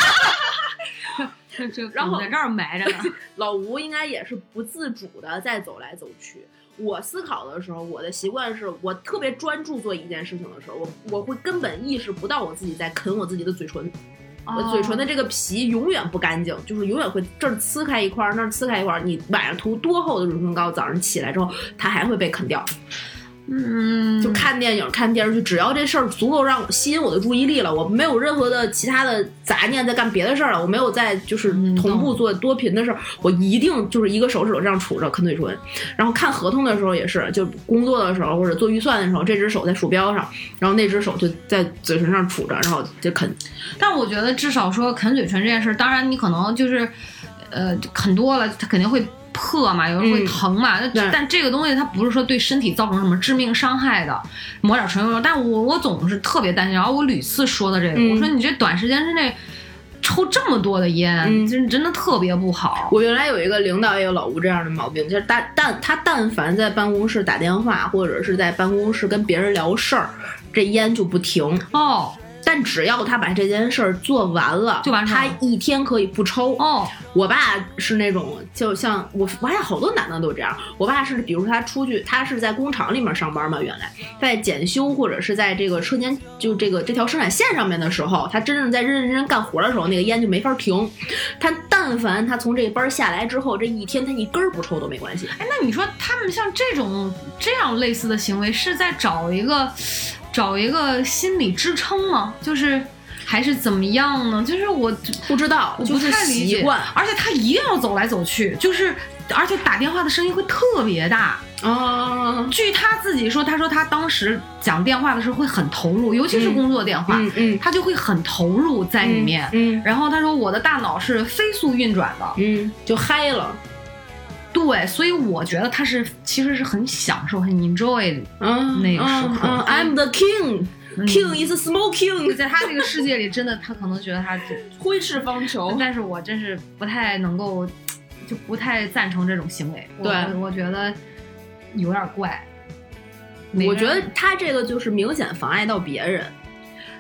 然后在这儿埋着呢。 老吴应该也是不自主的在走来走去。我思考的时候，我的习惯是我特别专注做一件事情的时候，我会根本意识不到我自己在啃我自己的嘴唇。我嘴唇的这个皮永远不干净，就是永远会这儿呲开一块，那儿呲开一块。你晚上涂多厚的润唇膏，早上起来之后它还会被啃掉。就看电影看电视剧，只要这事儿足够让吸引我的注意力了，我没有任何的其他的杂念在干别的事儿了，我没有在就是同步做多频的事儿，我一定就是一个手指头这样杵着啃嘴唇。然后看合同的时候也是，就工作的时候或者做预算的时候，这只手在鼠标上，然后那只手就在嘴唇上杵着，然后就啃。 但我觉得至少说啃嘴唇这件事，当然你可能就是啃多了它肯定会破嘛，有人会疼嘛，但这个东西它不是说对身体造成什么致命伤害的，抹点唇油。但我总是特别担心，然后我屡次说的这个，我说你这短时间之内抽这么多的烟，真的特别不好。 我原来有一个领导也有老吴这样的毛病，就是他但凡在办公室打电话或者是在办公室跟别人聊事儿，这烟就不停但只要他把这件事儿做完了， 就完成了， 他一天可以不抽。我爸是那种，就像我发现好多男的都这样。我爸是，比如他出去，他是在工厂里面上班嘛，原来在检修或者是在这个车间，就这条生产线上面的时候，他真正在认真干活的时候，那个烟就没法停。他但凡他从这班下来之后，这一天他一根不抽都没关系。 那你说他们像这样类似的行为，是在找一个心理支撑吗？就是还是怎么样呢？就是我不知道， 我不太理解。而且他一定要走来走去，就是而且打电话的声音会特别大。据他自己说，他说他当时讲电话的时候会很投入，尤其是工作电话，他就会很投入在里面。然后他说我的大脑是飞速运转的， 就嗨了。 对，所以我觉得他其实是很享受很 enjoy 那个时刻。 I'm the king. King is smoking. 在他这个世界里，真的他可能觉得他挥斥方遒。 但是我真是不太能够，就不太赞成这种行为。 对， 我觉得有点怪。 我觉得他这个就是明显妨碍到别人。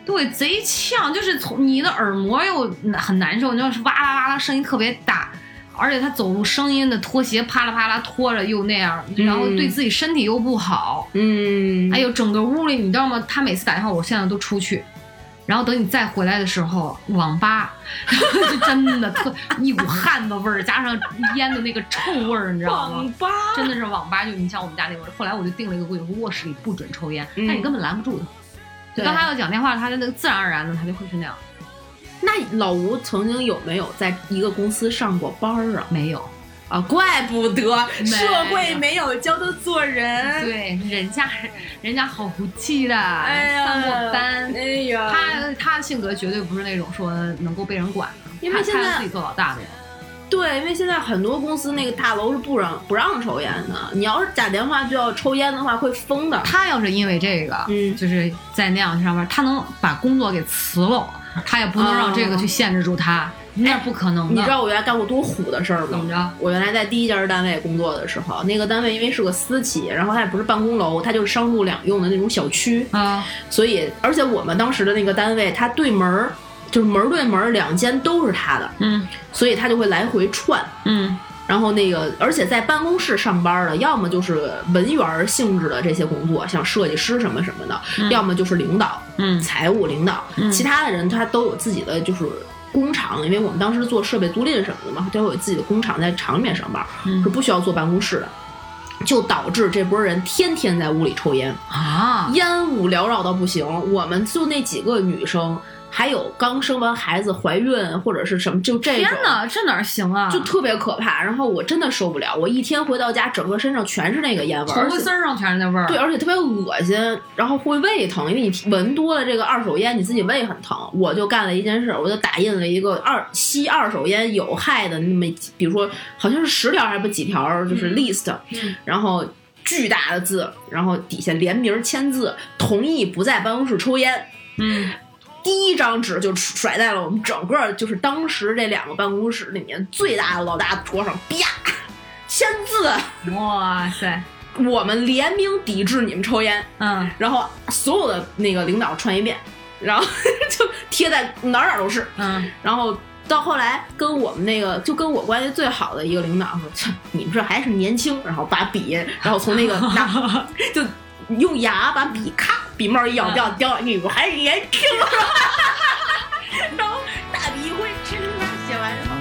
对，贼呛，就是从你的耳膜又很难受，你就是哇啦哇啦声音特别大，而且他走路声音的拖鞋啪啦啪啦拖着又那样，然后对自己身体又不好。哎呦，整个屋里你知道吗？他每次打电话，我现在都出去。然后等你再回来的时候，网吧就真的一股汗的味儿，加上烟的那个臭味儿，你知道吗？ 网吧真的是网吧，就你像我们家那味儿。后来我就定了一个规矩，卧室里不准抽烟，但你根本拦不住他。当他要讲电话，他的那个自然而然的他就会是那样。 那老吴曾经有没有在一个公司上过班啊？ 没有。 啊，怪不得社会没有教他做人。 对，人家好福气的，上过班。 哎呀， 他的性格绝对不是那种说能够被人管的， 因为现在他自己做老大的人。 对，因为现在很多公司那个大楼是不让抽烟的，你要是打电话就要抽烟的话会疯的。 他要是因为这个，就是在那样上班，他能把工作给辞了，他也不能让这个去限制住他。那不可能的。 你知道我原来干过多虎的事儿吗？ 怎么着？ 我原来在第一家单位工作的时候，那个单位因为是个私企，然后它也不是办公楼，它就是商住两用的那种小区啊。 所以，而且我们当时的那个单位，它对门就是门对门两间都是他的，所以他就会来回串，然后那个，而且在办公室上班的，要么就是文员性质的这些工作，像设计师什么什么的，要么就是领导，财务领导，其他的人他都有自己的就是工厂，因为我们当时做设备租赁什么的嘛，都有自己的工厂，在厂里面上班，是不需要坐办公室的，就导致这波人天天在屋里抽烟啊， 烟雾缭绕到不行。我们就那几个女生。还有刚生完孩子怀孕或者是什么，就这种， 天哪，这哪行啊？ 就特别可怕。然后我真的受不了，我一天回到家，整个身上全是那个烟味， 头发丝上全是那味儿。 对，而且特别恶心，然后会胃疼，因为你闻多了这个二手烟，你自己胃很疼。我就干了一件事，我就打印了一个吸二手烟有害的那么，比如说好像是10条还不几条，就是 list，然后巨大的字，然后底下联名签字，同意不在办公室抽烟。第一张纸就甩在了我们整个就是当时这2个办公室里面最大的老大桌上，啪，签字。 哇塞！ 我们联名抵制你们抽烟。然后所有的那个领导串一遍，然后就贴在哪儿都是。然后到后来跟我们那个就跟我关系最好的一个领导说：“你们这还是年轻。”然后把笔，然后从那个就用牙把笔咔。笔帽一咬掉，你们还是年轻，然后大笔一挥，哧写完之后，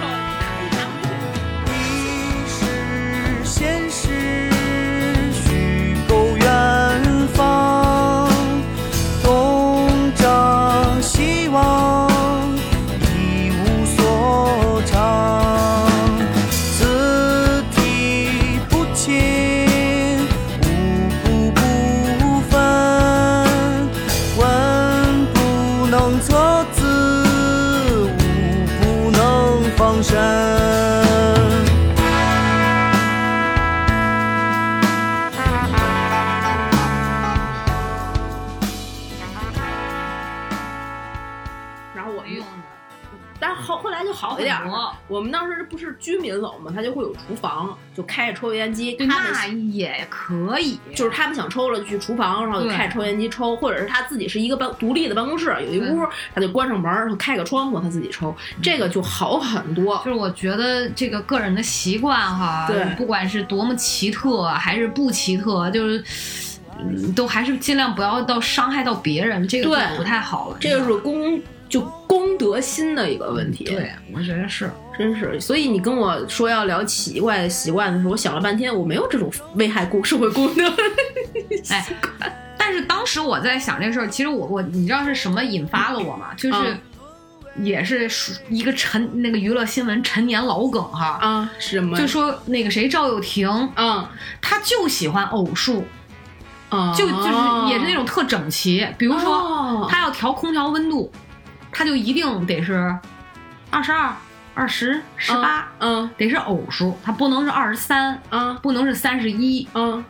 你是现实，虚构远方，东张西望，一无所长，字体不清，无不不分。能测字，无不能防身。 然后我用的，但是后来就好一点。我们当时不是居民楼嘛，它就会有厨房，就开着抽烟机。 那也可以， 就是他们想抽了就去厨房，然后就开着抽烟机抽，或者是他自己是一个独立的办公室，有一屋，他就关上门，然后开个窗户，他自己抽，这个就好很多。 就是我觉得这个个人的习惯哈， 对， 不管是多么奇特还是不奇特，就是都还是尽量不要到伤害到别人，这个就不太好了。 这个是公德心的一个问题。 对，我觉得是， 真是。所以你跟我说要聊奇怪的习惯的时候，我想了半天，我没有这种危害社会公德哎，但是当时我在想这事儿，其实我你知道是什么引发了我吗？就是也是一个那个娱乐新闻陈年老梗哈。 是什么？ 就说那个谁赵又廷，他就喜欢偶数。就是也是那种特整齐，比如说他要调空调温度，他就一定得是22、20、18，得是偶数，它不能是23，不能是31，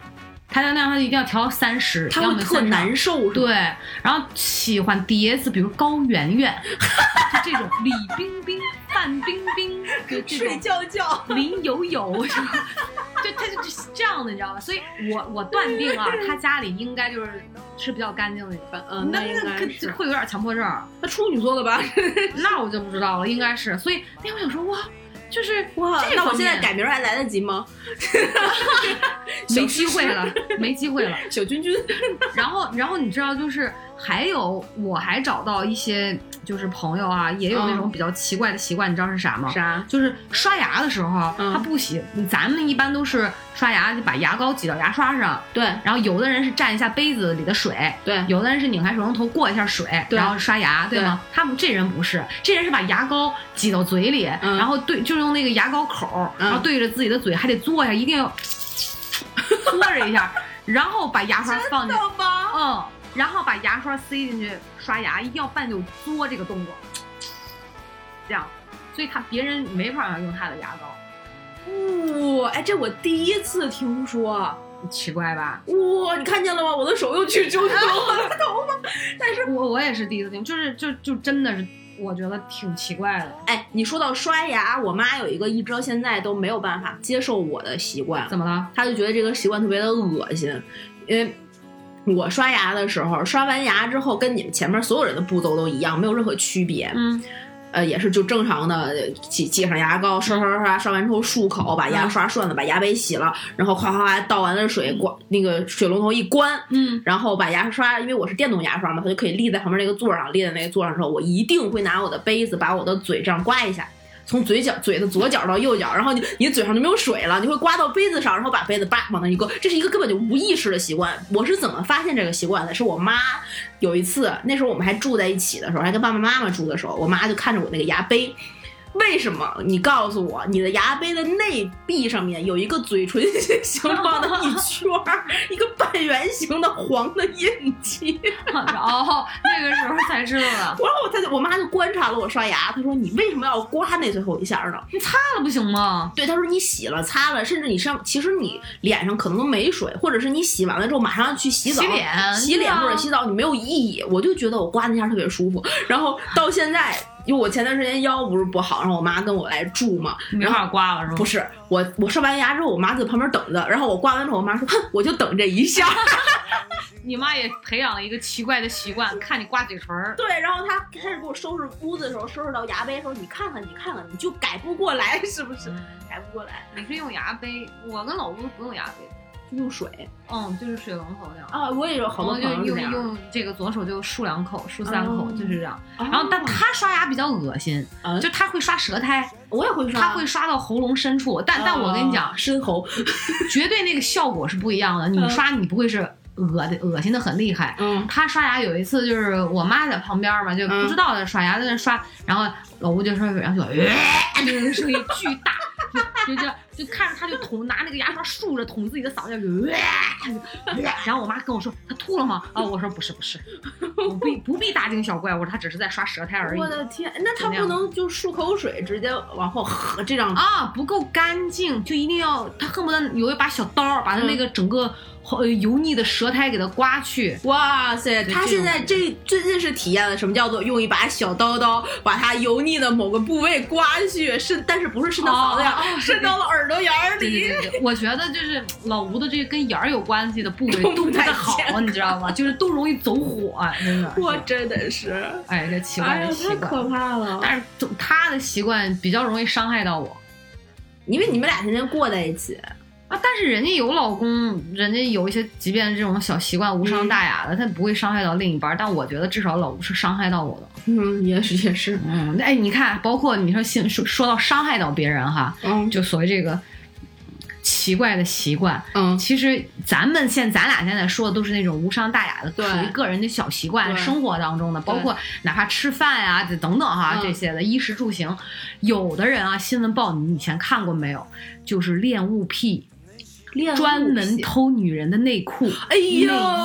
他在那样他一定要调到30， 他会特难受。 对，然后喜欢碟子，比如高圆圆，就这种李冰冰、范冰冰，就这种睡觉觉、 林有有，就他就是这样的，你知道吧？所以我断定啊，他家里应该是比较干净的一个，那会有点强迫症。 那处女座的吧？ 那我就不知道了，应该是。所以那天我想说，哇。就是哇，那我现在改名还来得及吗？ 没机会了，没机会了。 小君君。 然后你知道，就是还有我还找到一些就是朋友啊，也有那种比较奇怪的习惯，你知道是啥吗？ 啥？ 就是刷牙的时候，他不洗。咱们一般都是刷牙就把牙膏挤到牙刷上， 对。 然后有的人是蘸一下杯子里的水， 对。 有的人是拧开水龙头过一下水，然后刷牙，对吗？他们这人不是，这人是把牙膏挤到嘴里，然后就是用那个牙膏口，然后对着自己的嘴还得嘬一下，一定要嘬着一下，然后把牙刷放进去，然后把牙刷塞进去刷牙，一定要伴有嘬这个动作，这样，所以别人没法用他的牙膏。 哎，这我第一次听说， 奇怪吧？ 哇，你看见了吗？我的手又去揪我的头发，但是我也是第一次听，就真的是。我觉得挺奇怪的。 哎，你说到刷牙，我妈有一个一直到现在都没有办法接受我的习惯。 怎么了？ 她就觉得这个习惯特别的恶心，因为我刷牙的时候，刷完牙之后跟你们前面所有人的步骤都一样，没有任何区别。也是就正常的挤上牙膏，刷完之后漱口，把牙刷涮了，把牙杯洗了，然后哗哗哗倒完了水，那个水龙头一关，然后把牙刷，因为我是电动牙刷嘛，它就可以立在旁边那个座上，立在那个座上之后，我一定会拿我的杯子把我的嘴这样刮一下。从嘴的左角到右角，然后你嘴上就没有水了，你会刮到杯子上，然后把杯子叭往那一搁，这是一个根本就无意识的习惯。我是怎么发现这个习惯的？是我妈有一次，那时候我们还住在一起的时候，还跟爸爸妈妈住的时候，我妈就看着我那个牙杯。为什么？你告诉我，你的牙杯的内壁上面有一个嘴唇形状的一圈一个半圆形的黄的印记。 哦，那个时候才知道的。 然后我妈就观察了我刷牙，她说：“你为什么要刮那最后一下呢？ 你擦了不行吗？” 对，她说：“你洗了、擦了，甚至其实你脸上可能都没水，或者是你洗完了之后马上要去洗澡、洗脸或者洗澡，你没有意义。”我就觉得我刮那下特别舒服，然后到现在。因为我前段时间腰不是不好，然后我妈跟我来住嘛， 没法刮了是吗？ 不是，我刷完牙之后，我妈在旁边等着，然后我刮完之后，我妈说：“哼，我就等这一下。” 你妈也培养了一个奇怪的习惯，看你刮嘴唇。 对，然后她开始给我收拾屋子的时候，收拾到牙杯的时候，你看看，你就改不过来，是不是？改不过来。 你是用牙杯，我跟老公不用牙杯。 用水， 就是水龙头那样啊，我也有好多朋友就用这个左手就漱2口，漱3口，就是这样。然后，但他刷牙比较恶心，就他会刷舌苔， 我也会刷， 他会刷到喉咙深处。但我跟你讲， 深喉， 绝对那个效果是不一样的。你刷你不会是恶心的很厉害。他刷牙有一次就是我妈在旁边嘛，就不知道在刷牙，在那刷，然后老吴就说，然后就声音巨大。就看着他就拿那个牙刷竖着捅自己的嗓子，然后我妈跟我说他吐了吗？我说不是，不必大惊小怪，我说他只是在刷舌苔而已。 我的天，那他不能就漱口水直接往后喝这样啊？不够干净，就一定要他恨不得有一把小刀把他那个整个油腻的舌苔给它刮去。 哇塞，他现在最近是体验了什么叫做用一把小刀把他油腻的某个部位刮去，但是不是渗到嗓子眼，渗到了耳朵眼里。 对，我觉得就是老吴的这个跟眼儿有关系的部位都不太好，你知道吗？就是都容易走火，真的。 我真的是， 哎，这奇怪的习惯， 太可怕了。 但是他的习惯比较容易伤害到我， 因为你们俩天天过在一起。 但是人家有老公，人家有一些即便这种小习惯无伤大雅的，他不会伤害到另一半。但我觉得至少老吴是伤害到我的。 也是。 哎，你看，包括你说到伤害到别人哈，就所谓这个奇怪的习惯，其实咱俩现在说的都是那种无伤大雅的，属于个人的小习惯，生活当中的，包括哪怕吃饭啊等等哈，这些的衣食住行。有的人啊，新闻报你以前看过没有？就是恋物癖。专门偷女人的内裤、内衣，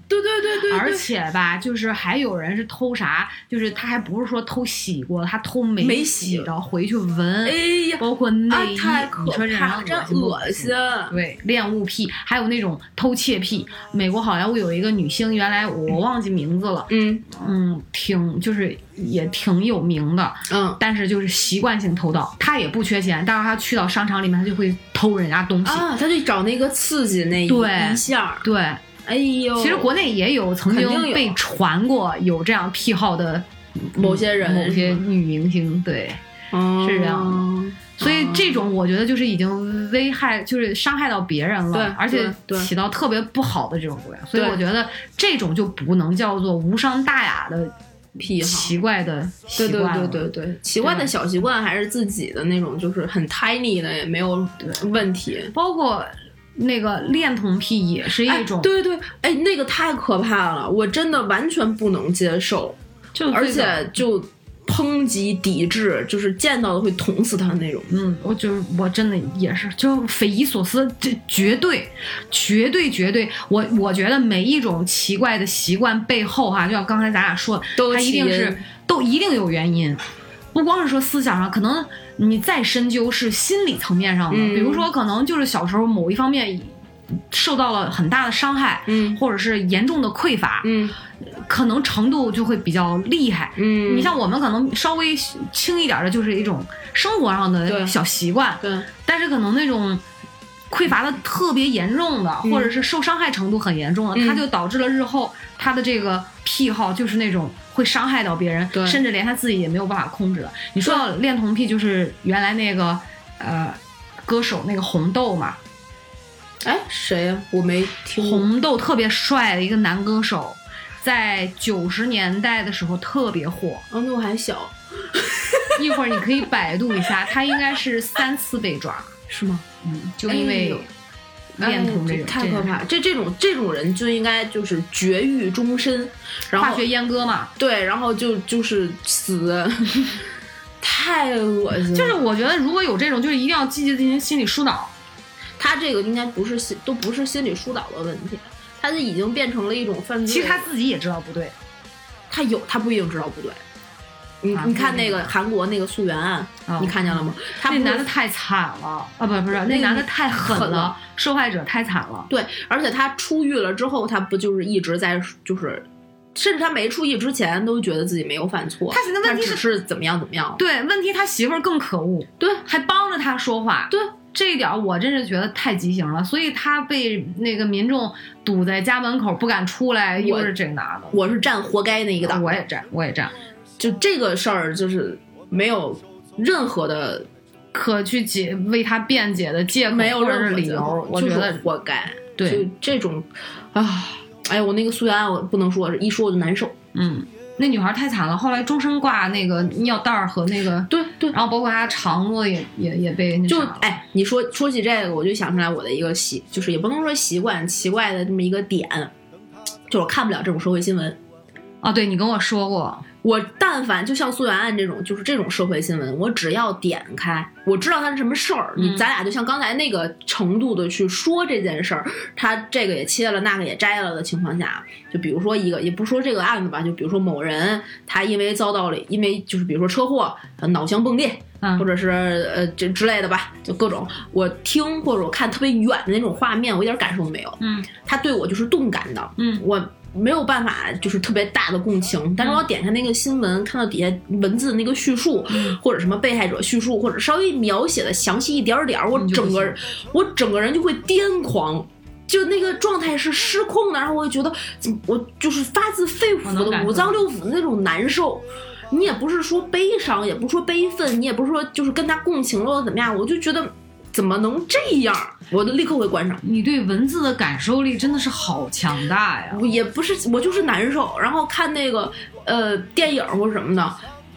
对对对对， 而且吧，就是还有人是偷啥，就是他还不是说偷洗过，他偷没洗的回去闻， 哎呀， 包括内衣， 太可你说这怕，真恶心。 对，恋物癖，还有那种偷窃癖。美国好莱坞有一个女星，原来我忘记名字了，就是也挺有名的，但是就是习惯性偷盗，她也不缺钱，但是她去到商场里面，她就会偷人家东西啊，她就找那个刺激那一下， 对， 哎呦， 其实国内也有曾经被传过有这样癖好的某些人， 某些女明星，对，是这样的。所以这种我觉得就是已经危害，就是伤害到别人了， 对， 而且起到特别不好的这种作用。所以我觉得这种就不能叫做无伤大雅的癖好， 奇怪的习惯。 对，奇怪的小习惯还是自己的那种，就是很 tiny 的也没有问题。 包括那个恋童癖也是一种， 对，哎，那个太可怕了，我真的完全不能接受，而且就抨击抵制，就是见到的会捅死他那种。 我真的也是，就匪夷所思，这绝对，我觉得每一种奇怪的习惯背后哈，就像刚才咱俩说，它一定有原因，不光是说思想上，可能你再深究是心理层面上的，比如说可能就是小时候某一方面受到了很大的伤害，或者是严重的匮乏，可能程度就会比较厉害。你像我们可能稍微轻一点的，就是一种生活上的小习惯， 对， 但是可能那种匮乏的特别严重的，或者是受伤害程度很严重的，它就导致了日后他的这个癖好就是那种会伤害到别人，甚至连他自己也没有办法控制的。你说到恋童癖，就是原来那个歌手那个红豆嘛。 哎，谁呀？我没听。 红豆特别帅的一个男歌手，在90年代的时候特别火。 那我还小。 一会儿你可以百度一下，他应该是3次被抓， 是吗？ 就因为恋童这种， 太可怕。这种人就应该就是绝育终身，然后化学阉割嘛。 对，然后就是死。太恶心了。 就是我觉得如果有这种，就是一定要积极进行心理疏导。 他这个应该都不是心理疏导的问题，他已经变成了一种犯罪。 其实他自己也知道不对， 他不一定知道不对。你看那个韩国那个溯源案，你看见了吗？ 那男的太惨了啊！不是，那男的太狠了，受害者太惨了。 对，而且他出狱了之后，他不就是一直在就是甚至他没出狱之前都觉得自己没有犯错， 他只是怎么样。 对，问题他媳妇儿更可恶， 对， 还帮着他说话， 对。 这一点我真是觉得太畸形了，所以他被那个民众堵在家门口不敢出来，又是这拿的。 我是站活该那一个党， 我也站。 就这个事儿，就是没有任何的可去为他辩解的借口， 没有任何理由，我觉得活该。 对， 就这种哎，我那个溯源案我不能说，一说我就难受。 那女孩太惨了，后来终身挂那个尿袋和那个对， 然后包括她肠子也被那就你说起这个，我就想出来我的一个就是也不能说习惯，奇怪的这么一个点，就是我看不了这种社会新闻。 对，你跟我说过， 我但凡就像溯源案这种，就是这种社会新闻，我只要点开，我知道它是什么事儿，咱俩就像刚才那个程度的去说这件事儿，他这个也切了，那个也摘了的情况下，就比如说一个，也不说这个案子吧，就比如说某人他因为就是比如说车祸，脑浆迸裂，或者是这之类的吧，就各种我听或者我看特别远的那种画面，我一点感受都没有，他对我就是动感的，我没有办法就是特别大的共情，但是我点开那个新闻，看到底下文字那个叙述，或者什么被害者叙述，或者稍微描写的详细一点点，我整个人就会癫狂，就那个状态是失控的，然后我就觉得我就是发自肺腑的五脏六腑的那种难受。你也不是说悲伤，也不是说悲愤，你也不是说就是跟他共情了怎么样，我就觉得怎么能这样，我就立刻会关上。 你对文字的感受力真的是好强大呀！ 也不是，我就是难受。然后看那个电影或者什么的，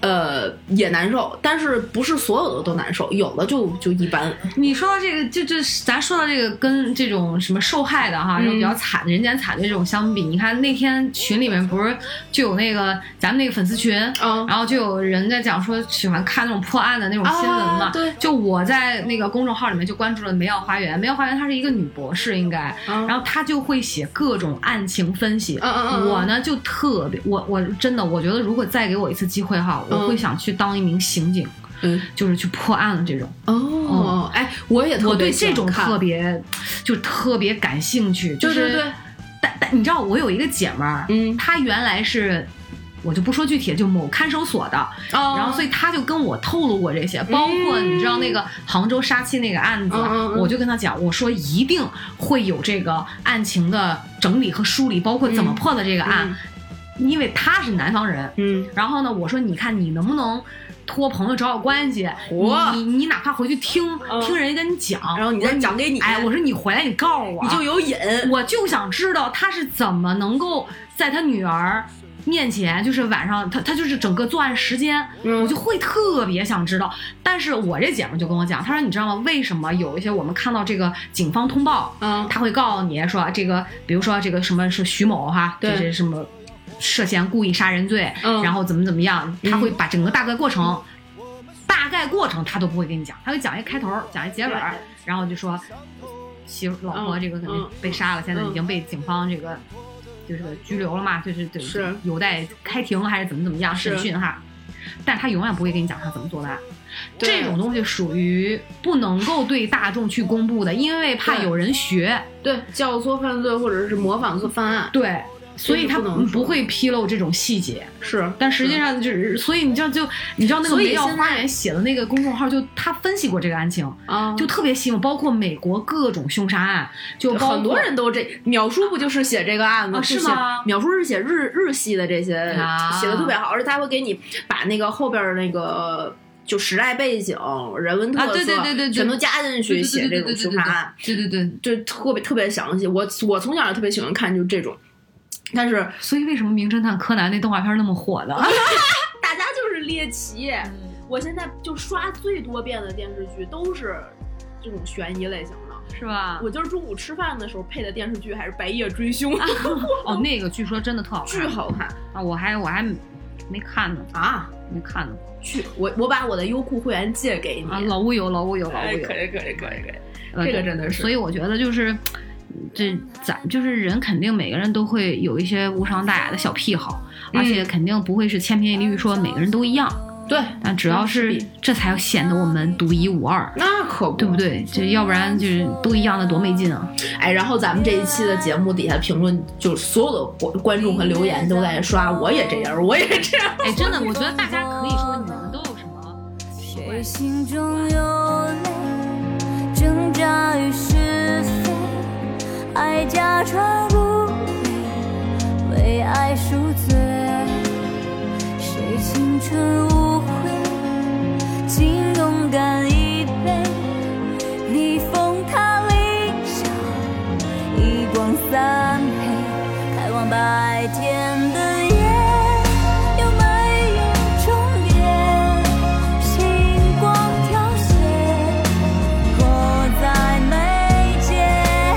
也难受，但是不是所有的都难受，有的就一般。 你说到这个，咱说到这个跟这种什么受害的哈，就比较惨的人间惨的这种相比，你看那天群里面不是就有那个咱们那个粉丝群，然后就有人在讲说喜欢看那种破案的那种新闻嘛， 对， 就我在那个公众号里面就关注了梅耀花园，梅耀花园她是一个女博士应该，然后她就会写各种案情分析，我呢就特别，我真的我觉得如果再给我一次机会哈，我会想去当一名刑警，就是去破案的这种。 哎，我也我对这种特别感兴趣，就是对， 但你知道我有一个姐们儿，她原来是。我就不说具体，就某看守所的，然后所以他就跟我透露过这些，包括你知道那个杭州杀妻那个案子，我就跟他讲，我说一定会有这个案情的整理和梳理，包括怎么破的这个案，因为他是南方人，然后呢，我说你看你能不能托朋友找找关系，你哪怕回去听人家跟你讲， 然后你再讲给你， 哎，我说你回来你告诉我， 你就有瘾， 我就想知道他是怎么能够在他女儿面前，就是晚上他就是整个作案时间，我就会特别想知道。但是我这姐们就跟我讲，她说你知道吗？为什么有一些我们看到这个警方通报，他会告诉你说这个，比如说这个什么是徐某哈，这是什么涉嫌故意杀人罪，然后怎么样，他会把整个大概过程他都不会跟你讲，他会讲一开头，讲一结尾，然后就说老婆这个肯定被杀了，现在已经被警方这个。就是拘留了嘛，就是有待开庭还是怎么样审讯哈，但他永远不会跟你讲他怎么做的案，这种东西属于不能够对大众去公布的，因为怕有人学， 对教唆犯罪或者是模仿犯案， 对。所以他不会披露这种细节， 是， 但实际上就是，所以你知道那个梅耀花园写的那个公众号，就他分析过这个案情啊，就特别细，包括美国各种凶杀案，就很多人都淼叔不就是写这个案子， 是吗？ 淼叔是写日系的这些，写的特别好，而且他会给你把那个后边那个。就时代背景、人文特色， 对， 全都加进去写这种凶杀案， 对， 就特别详细。我从小就特别喜欢看就这种。但是， 所以为什么名侦探柯南那动画片那么火呢？ 大家就是猎奇。我现在就刷最多遍的电视剧都是这种悬疑类型的， 是吧？ 我就是中午吃饭的时候配的电视剧还是《白夜追凶》 哦，那个据说真的特好看， 巨好看啊！我还没看呢啊， 没看呢。 去，我把我的优酷会员借给你啊！老物有，可以， 这个真的是。 所以我觉得就是。咱就是人，肯定每个人都会有一些无伤大雅的小癖好，而且肯定不会是千篇一律说每个人都一样。 对， 但只要是这才显得我们独一无二， 那可不， 对不对？就要不然就是都一样的多没劲啊！ 哎，然后咱们这一期的节目底下评论，就所有的观众和留言都在刷，我也这样。 哎，真的，我觉得大家可以说你们都有什么奇怪。 心中有泪，挣扎于是非。爱假装不美，为爱赎罪，谁青春无悔，请勇敢一杯，逆风踏理想，一光散黑，开往白天的夜，有没有终点？星光凋谢，活在眉间。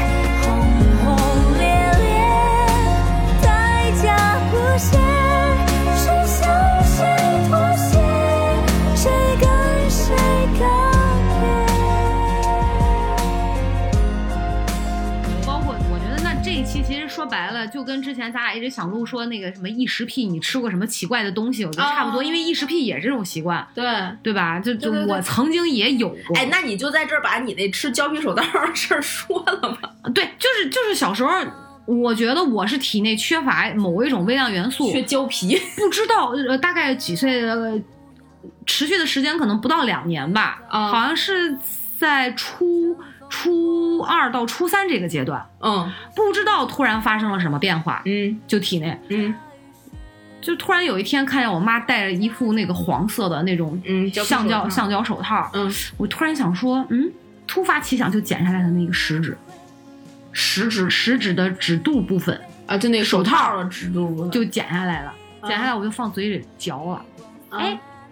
说白了，就跟之前咱俩一直想录说那个什么异食癖，你吃过什么奇怪的东西，我觉得差不多，因为异食癖也是这种习惯，对吧？就我曾经也有过。 哎，那你就在这儿把你那吃胶皮手套的事儿说了吧。 对，就是小时候，我觉得我是体内缺乏某一种微量元素， 缺胶皮， 不知道大概几岁，持续的时间可能不到2年吧，好像是在初2到初3这个阶段，不知道突然发生了什么变化，就体内，就突然有一天看见我妈戴着一副那个黄色的那种橡胶手套，我突然想说，突发奇想就剪下来的那个食指的指肚部分啊，就那个手套的指肚部分就剪下来了，剪下来我就放嘴里嚼了，哎，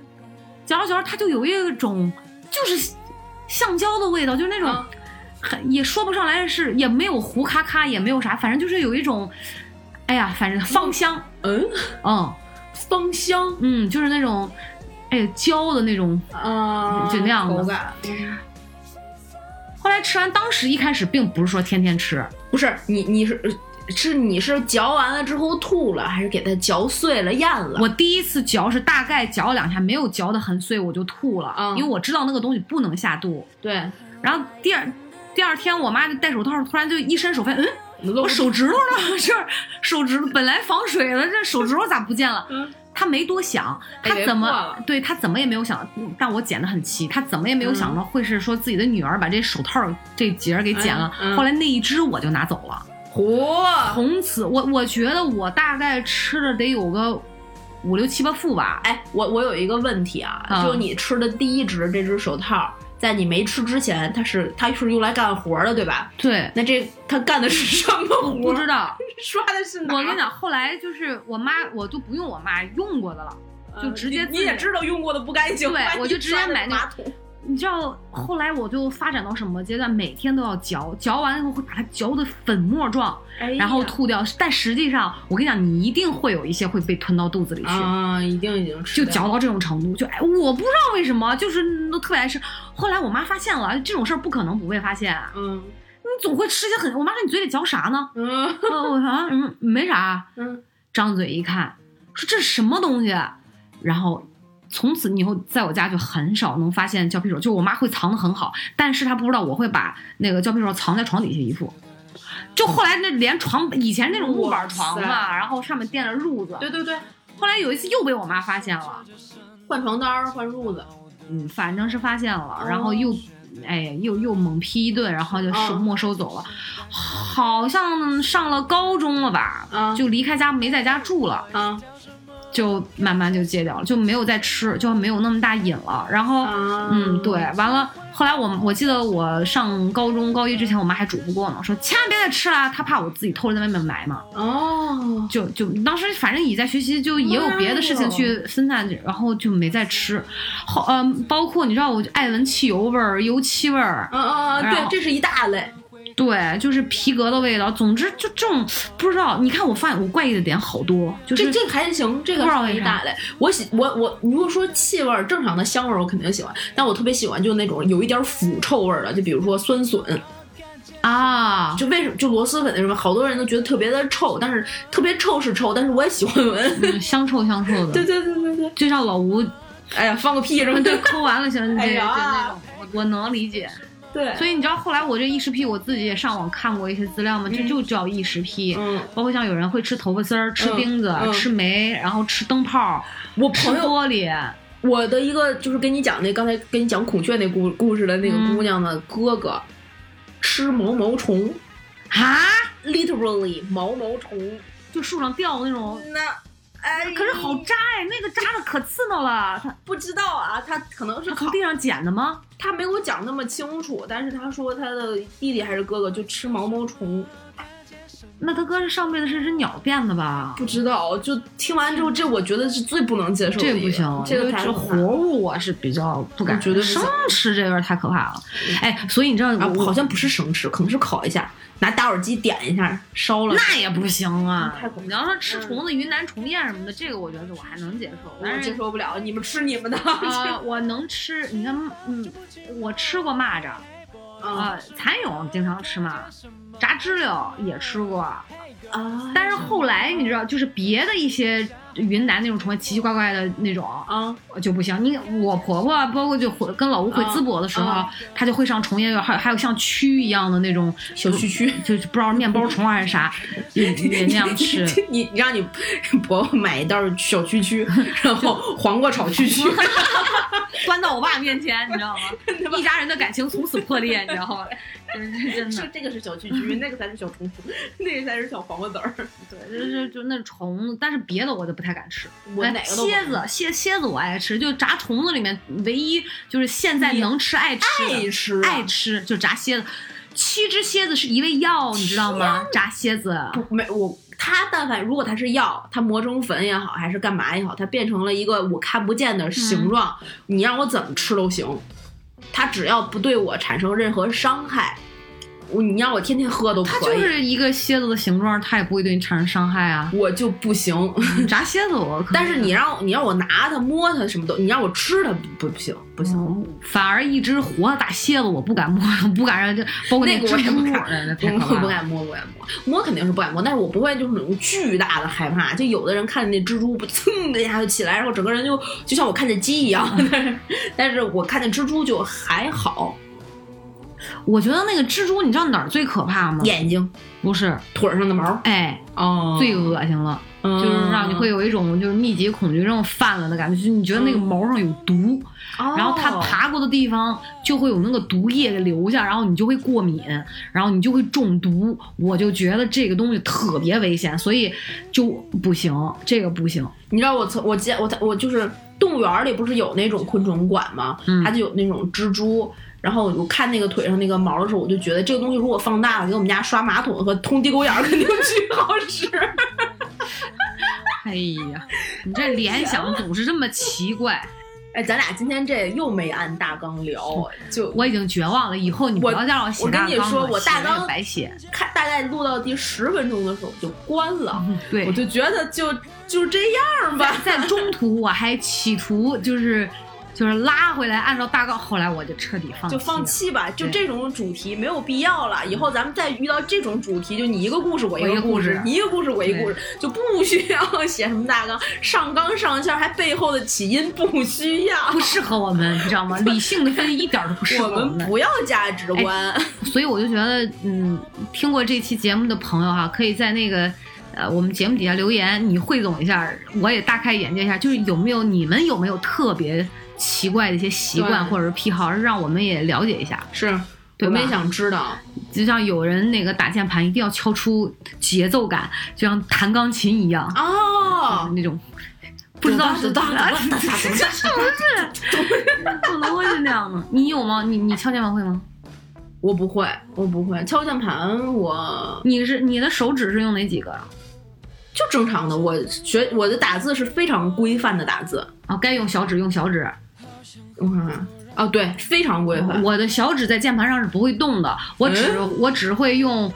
嚼着嚼着它就有一种就是橡胶的味道，就是那种也说不上来是，也没有糊咔咔，也没有啥，反正就是有一种，哎呀，反正芳香，芳香，就是那种，哎呀，胶的那种就那样的口感。 后来吃完，当时一开始并不是说天天吃， 不是你是嚼完了之后吐了，还是给它嚼碎了咽了？ 我第一次嚼是大概嚼2下，没有嚼得很碎，我就吐了，因为我知道那个东西不能下肚。 对， 然后第二天我妈就戴手套，突然就一伸手发现，我手指头呢？这手指头本来防水的，这手指头咋不见了？他没多想，他怎么也没有想，但我剪得很齐，他怎么也没有想到会是说自己的女儿把这手套这节给剪了。后来那一只我就拿走了。从此我觉得我大概吃了得有个5、6、7、8副吧。 哎，我有一个问题啊，就你吃的第一只这只手套，在你没吃之前，它是用来干活的，对吧？ 对。 那它干的是什么活？ 不知道。 刷的是哪？ 我跟你讲，后来就是我都不用我妈用过的了，就直接你也知道用过的不干净， 对，我就直接买那马桶。 你知道后来我就发展到什么阶段？每天都要嚼完以后会把它嚼得粉末状，然后吐掉。但实际上，我跟你讲，你一定会有一些会被吞到肚子里去啊，已经吃， 就嚼到这种程度。就我不知道为什么，就是都特别爱吃。后来我妈发现了，这种事儿不可能不被发现。你总会吃些很。我妈说你嘴里嚼啥呢？我说没啥。张嘴一看，说这是什么东西？然后。从此以后，在我家就很少能发现胶皮手，就我妈会藏得很好，但是她不知道我会把那个胶皮手藏在床底下一副。就后来那连床以前那种木板床嘛，然后上面垫着褥子。 对对对。 后来有一次又被我妈发现了， 换床单换褥子， 反正是发现了，然后又猛批一顿，然后就没收走了。好像上了高中了吧，就离开家没在家住了。就慢慢就戒掉了，就没有再吃，就没有那么大瘾了。然后，对，完了。后来我记得我上高中高一之前，我妈还嘱咐过呢，说千万别再吃了，她怕我自己偷着在外面买嘛。就当时反正也在学习，就也有别的事情去分散，然后就没再吃。包括你知道，我就爱闻汽油味儿、油漆味儿。 对，这是一大类。 对，就是皮革的味道。总之，就这种不知道。你看，我发现我怪异的点好多，就是这个还行，这个是一大类。我如果说气味正常的香味我肯定喜欢，但我特别喜欢就那种有一点腐臭味的，就比如说酸笋啊，就为什么就螺蛳粉什么，好多人都觉得特别的臭，但是特别臭是臭，但是我也喜欢闻， 香臭的。 对， 就像老吴， 哎呀，放个屁什么的， 抠完了行，就那种，我能理解。 对， 所以你知道后来我这异食癖，我自己也上网看过一些资料嘛，就叫异食癖，包括像有人会吃头发丝儿、吃钉子、吃煤，然后吃灯泡， 我朋友吃玻璃。 我的一个就是跟你讲刚才跟你讲孔雀那故事的那个姑娘的哥哥，吃毛虫啊 ，literally 毛虫， 就树上掉那种。可是好扎哎，那个扎的可刺挠了。他不知道啊，他可能是从地上捡的吗？ 他没给我讲那么清楚，但是他说他的弟弟还是哥哥就吃毛虫。 那他哥上辈子是只鸟变的吧？ 不知道，就听完之后，这我觉得是最不能接受的。 这不行， 这个活物我是比较不敢， 觉得生吃这味儿太可怕了。哎，所以你知道， 好像不是生吃，可能是烤一下。拿打火机点一下烧了， 那也不行啊！ 太恐怖！ 你要说吃虫子、云南虫宴什么的，这个我觉得我还能接受，但是接受不了。你们吃你们的我能吃。你看，我吃过蚂蚱，蚕蛹经常吃嘛，炸知了也吃过但是后来你知道，就是别的一些云南那种虫奇奇怪怪的那种就不行。我婆婆包括就跟老吴回淄博的时候，她就会上虫业，还有像蛆一样的那种小蛆， 就是不知道面包虫还是啥，也那样吃。 你让你婆婆买一袋小蛆，然后黄瓜炒蛆， 端到我爸面前，你知道吗？一家人的感情从此破裂，你知道吗？真的， 这个是小蛆，那个才是小虫子，那个才是小黄瓜籽儿。 对，就那虫，但是别的我就不太敢吃。 我哪个都蝎子我爱吃，就炸虫子里面唯一就是现在能吃爱吃就炸蝎子。7只蝎子是一味药，你知道吗？炸蝎子它但凡如果它是药，它磨成粉也好，还是干嘛也好，它变成了一个我看不见的形状，你让我怎么吃都行。它只要不对我产生任何伤害，你让我天天喝都可以。 它就是一个蝎子的形状，它也不会对你产生伤害啊。 我就不行， 炸蝎子我可以。 但是你让我拿它摸它什么都，你让我吃它不行。 反而一只活的大蝎子我不敢摸，不敢让，就包括那个我也不敢， 不敢摸肯定是不敢摸，但是我不会就是那种巨大的害怕。就有的人看见那蜘蛛不噌的一下就起来，然后整个人就像我看见鸡一样，但是我看见蜘蛛就还好。 我觉得那个蜘蛛，你知道哪儿最可怕吗？ 眼睛不是腿上的毛， 最恶心了，就是让你会有一种就是密集恐惧症犯了的感觉，就是你觉得那个毛上有毒，然后它爬过的地方就会有那个毒液给留下，然后你就会过敏，然后你就会中毒。我就觉得这个东西特别危险，所以就不行，这个不行。 你知道我就是动物园里不是有那种昆虫馆吗？它就有那种蜘蛛。然后我看那个腿上那个毛的时候，我就觉得这个东西如果放大了，给我们家刷马桶和通地沟眼肯定巨好使。 哎呀，你这联想总是这么奇怪。 哎，咱俩今天这又没按大纲聊，就我已经绝望了。以后你不要让我写大纲了。 我跟你说，我大纲白写， 看大概录到第10分钟的时候我就关了。 对， 我就觉得就这样吧。 在中途我还企图就是拉回来，按照大纲，后来我就彻底放弃吧。就这种主题没有必要了，以后咱们再遇到这种主题，就你一个故事我一个故事，你一个故事我一个故事，就不需要写什么大纲，上纲上线，还背后的起因不需要， 不适合我们，你知道吗？理性的分析一点都不适合我们不要价值观。 所以我就觉得，听过这期节目的朋友哈，可以在那个我们节目底下留言，你汇总一下，我也大开眼界一下，就是你们有没有特别奇怪的一些习惯或者是癖好，让我们也了解一下。 是，我们也想知道。 就像有人那个打键盘一定要敲出节奏感，就像弹钢琴一样就是那种不知道是不能会是那样的。你有吗？你敲键盘会吗？ 我不会敲键盘。 你的手指是用哪几个？ 就正常的，我的打字是非常规范的打字该用小指用小指。 对，非常规范。 我的小指在键盘上是不会动的，我只会用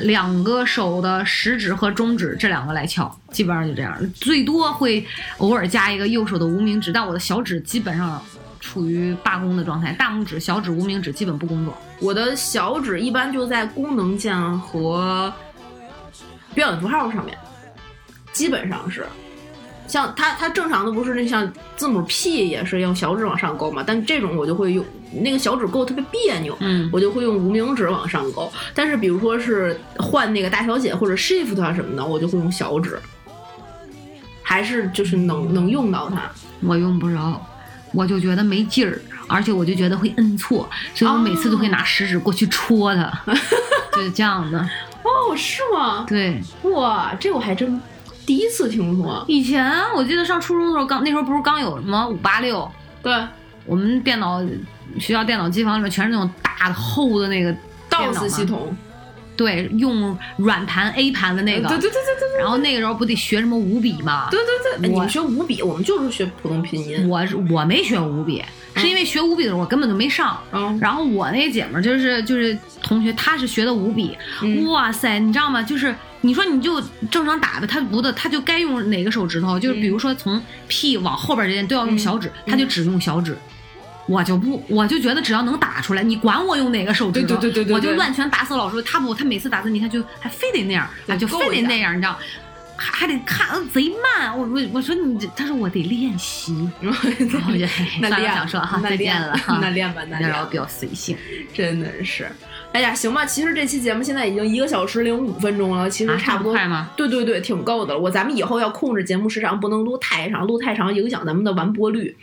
2个手的食指和中指这2个来敲，基本上就这样，最多会偶尔加一个右手的无名指，但我的小指基本上处于罢工的状态，大拇指、小指、无名指基本不工作。 我的小指一般就在功能键和标点符号上面，基本上是。像它正常的不是那像字母 P 也是用小指往上勾嘛，但这种我就会用那个小指勾特别别扭，我就会用无名指往上勾。但是比如说是换那个大小写或者 Shift 啊什么的，我就会用小指，还是就是能用到它。 我用不着，我就觉得没劲儿，而且我就觉得会摁错，所以我每次都会拿食指过去戳它，就是这样的。 是吗？ 对， 哇，这我还真第一次听说。 以前我记得上初中的时候，那时候不是刚有什么586？ 对， 我们学校电脑机房里面全是那种大的厚的那个 DOS 系统。 对，用软盘 A 盘的那个。 对。 然后那个时候不得学什么五笔吗？ 对。你们学五笔，我们就是学普通拼音。 我没学五笔，是因为学五笔的时候我根本就没上。然后我那姐们儿就是同学，她是学的五笔。哇塞，你知道吗？就是你说你就正常打的，她不的，她就该用哪个手指头？就是比如说从 P 往后边这些都要用小指，她就只用小指。我就觉得只要能打出来，你管我用哪个手指头， 对， 我就乱拳打死老师。他每次打字你看就还非得那样，就非得那样，你知道，还得看贼慢。我说你他说我得练习，然后就算了，想说哈再见了， 那练吧， 然后比较随性， 真的是。哎呀，行吧，其实这期节目现在已经1个小时05分钟了，其实差不多。 快吗？ 对，挺够的了。咱们以后要控制节目时长，不能录太长，录太长影响咱们的完播率。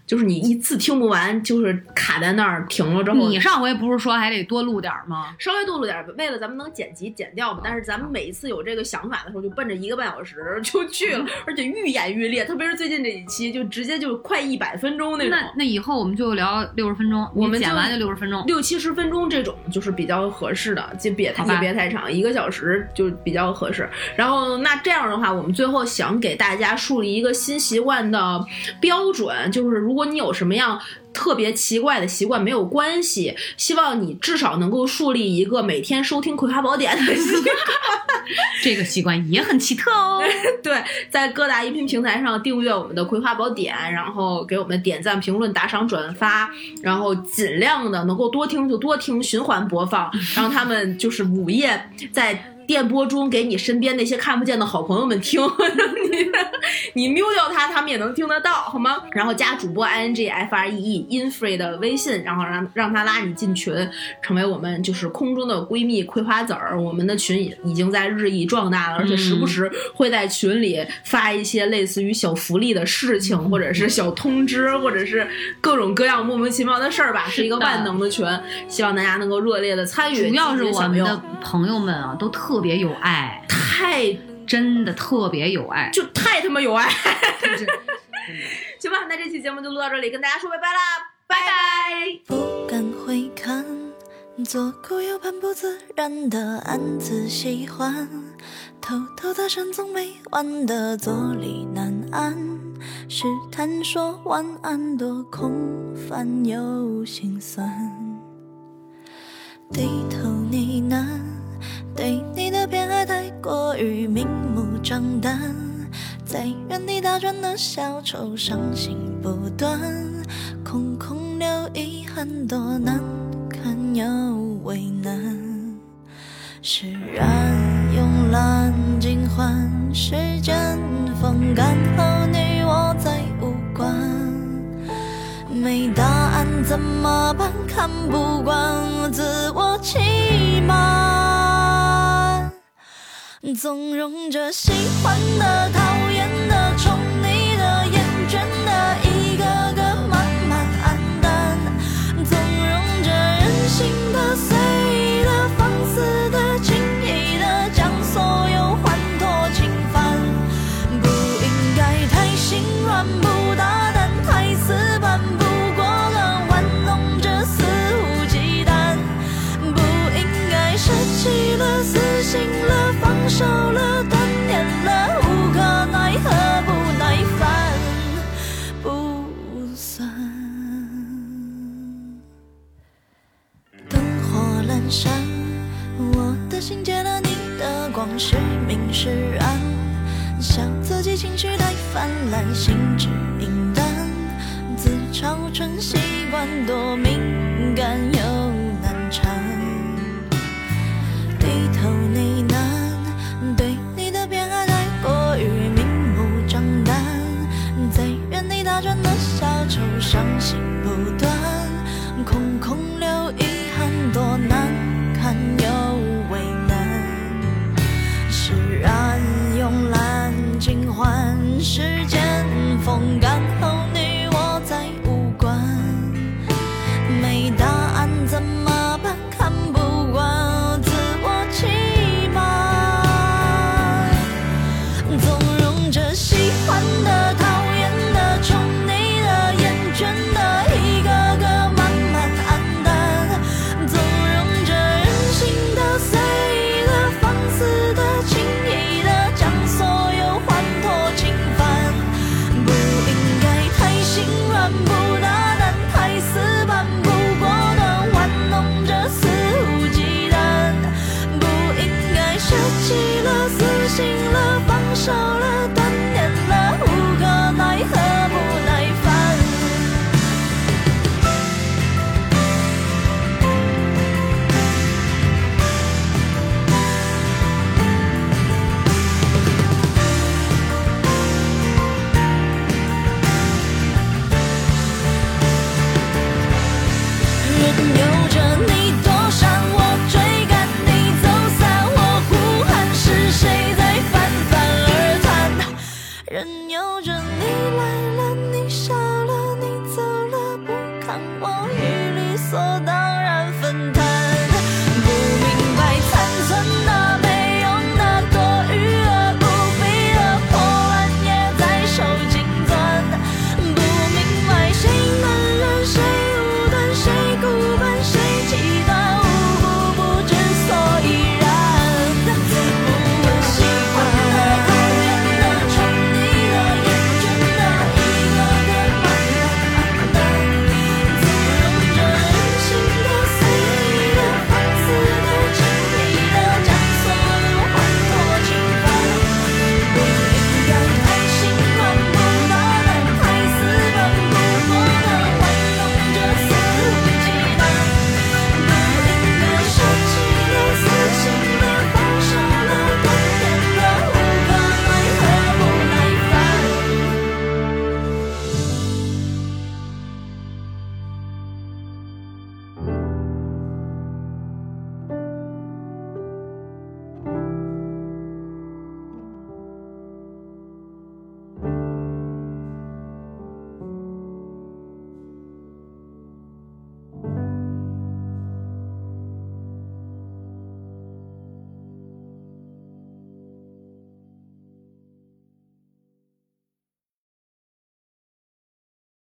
就是你一次听不完，就是卡在那儿停了之后。 你上回不是说还得多录点吗？ 稍微多录点，为了咱们能剪辑剪掉嘛。但是咱们每一次有这个想法的时候，就奔着1个半小时就去了，而且愈演愈烈。特别是最近这几期，就直接就快100分钟那种。 那以后我们就聊60分钟，我们剪完就60分钟 ，60-70分钟这种就是比较合适的，就别太长，1个小时就比较合适。然后那这样的话，我们最后想给大家树立一个新习惯的标准，就是如果你有什么样特别奇怪的习惯没有关系，希望你至少能够树立一个每天收听《葵花宝典》的习惯。 这个习惯也很奇特哦。 对，在各大音频平台上订阅我们的《葵花宝典》，然后给我们点赞、评论、打赏、转发，然后尽量的能够多听就多听，循环播放，让他们就是午夜在电波中给你身边那些看不见的好朋友们听，你瞄掉他们也能听得到，好吗？然后加主播 INGFREE InFree 的微信，然后让他拉你进群，成为我们就是空中的闺蜜葵花籽儿。我们的群已经在日益壮大了，而且时不时会在群里发一些类似于小福利的事情，或者是小通知，或者是各种各样莫名其妙的事儿吧，是一个万能的群，希望大家能够热烈的参与。 主要是我们的朋友们啊，都特别有爱，真的特别有爱， 就太他妈有爱。行吧，那这期节目就录到这里，跟大家说拜拜啦，拜拜。 不敢回看，左顾右盼不自然的暗自喜欢，偷偷的深总没完的坐立难安，试探说晚安多空泛又心酸，低头呢喃，对你的偏爱太过于明目张胆，在原地打转的小丑伤心不断，空空留遗憾多难堪又为难，释然慵懒尽欢，时间风干后你我再无关，没答案怎么办？看不惯自我欺瞒，纵容着喜欢的、讨厌的、宠你的、厌倦的，一个个慢慢黯淡，纵容着任性的、随意的、放肆的、轻易的，将所有欢脱侵犯，不应该太心软，不大胆，太死板，不过了玩弄着肆无忌惮，不应该舍弃了、死心了、放手了、断念了，无可奈何不耐烦不算。灯火阑珊，我的心借了你的光，时明时暗，笑自己情绪太泛滥，心智明淡，自嘲成习惯，多敏感又难缠，低头呢喃，对你的偏爱太过于明目张胆，在原地打转的小丑伤心不断，空空留遗憾多难堪又为难，释然慵懒尽欢，时间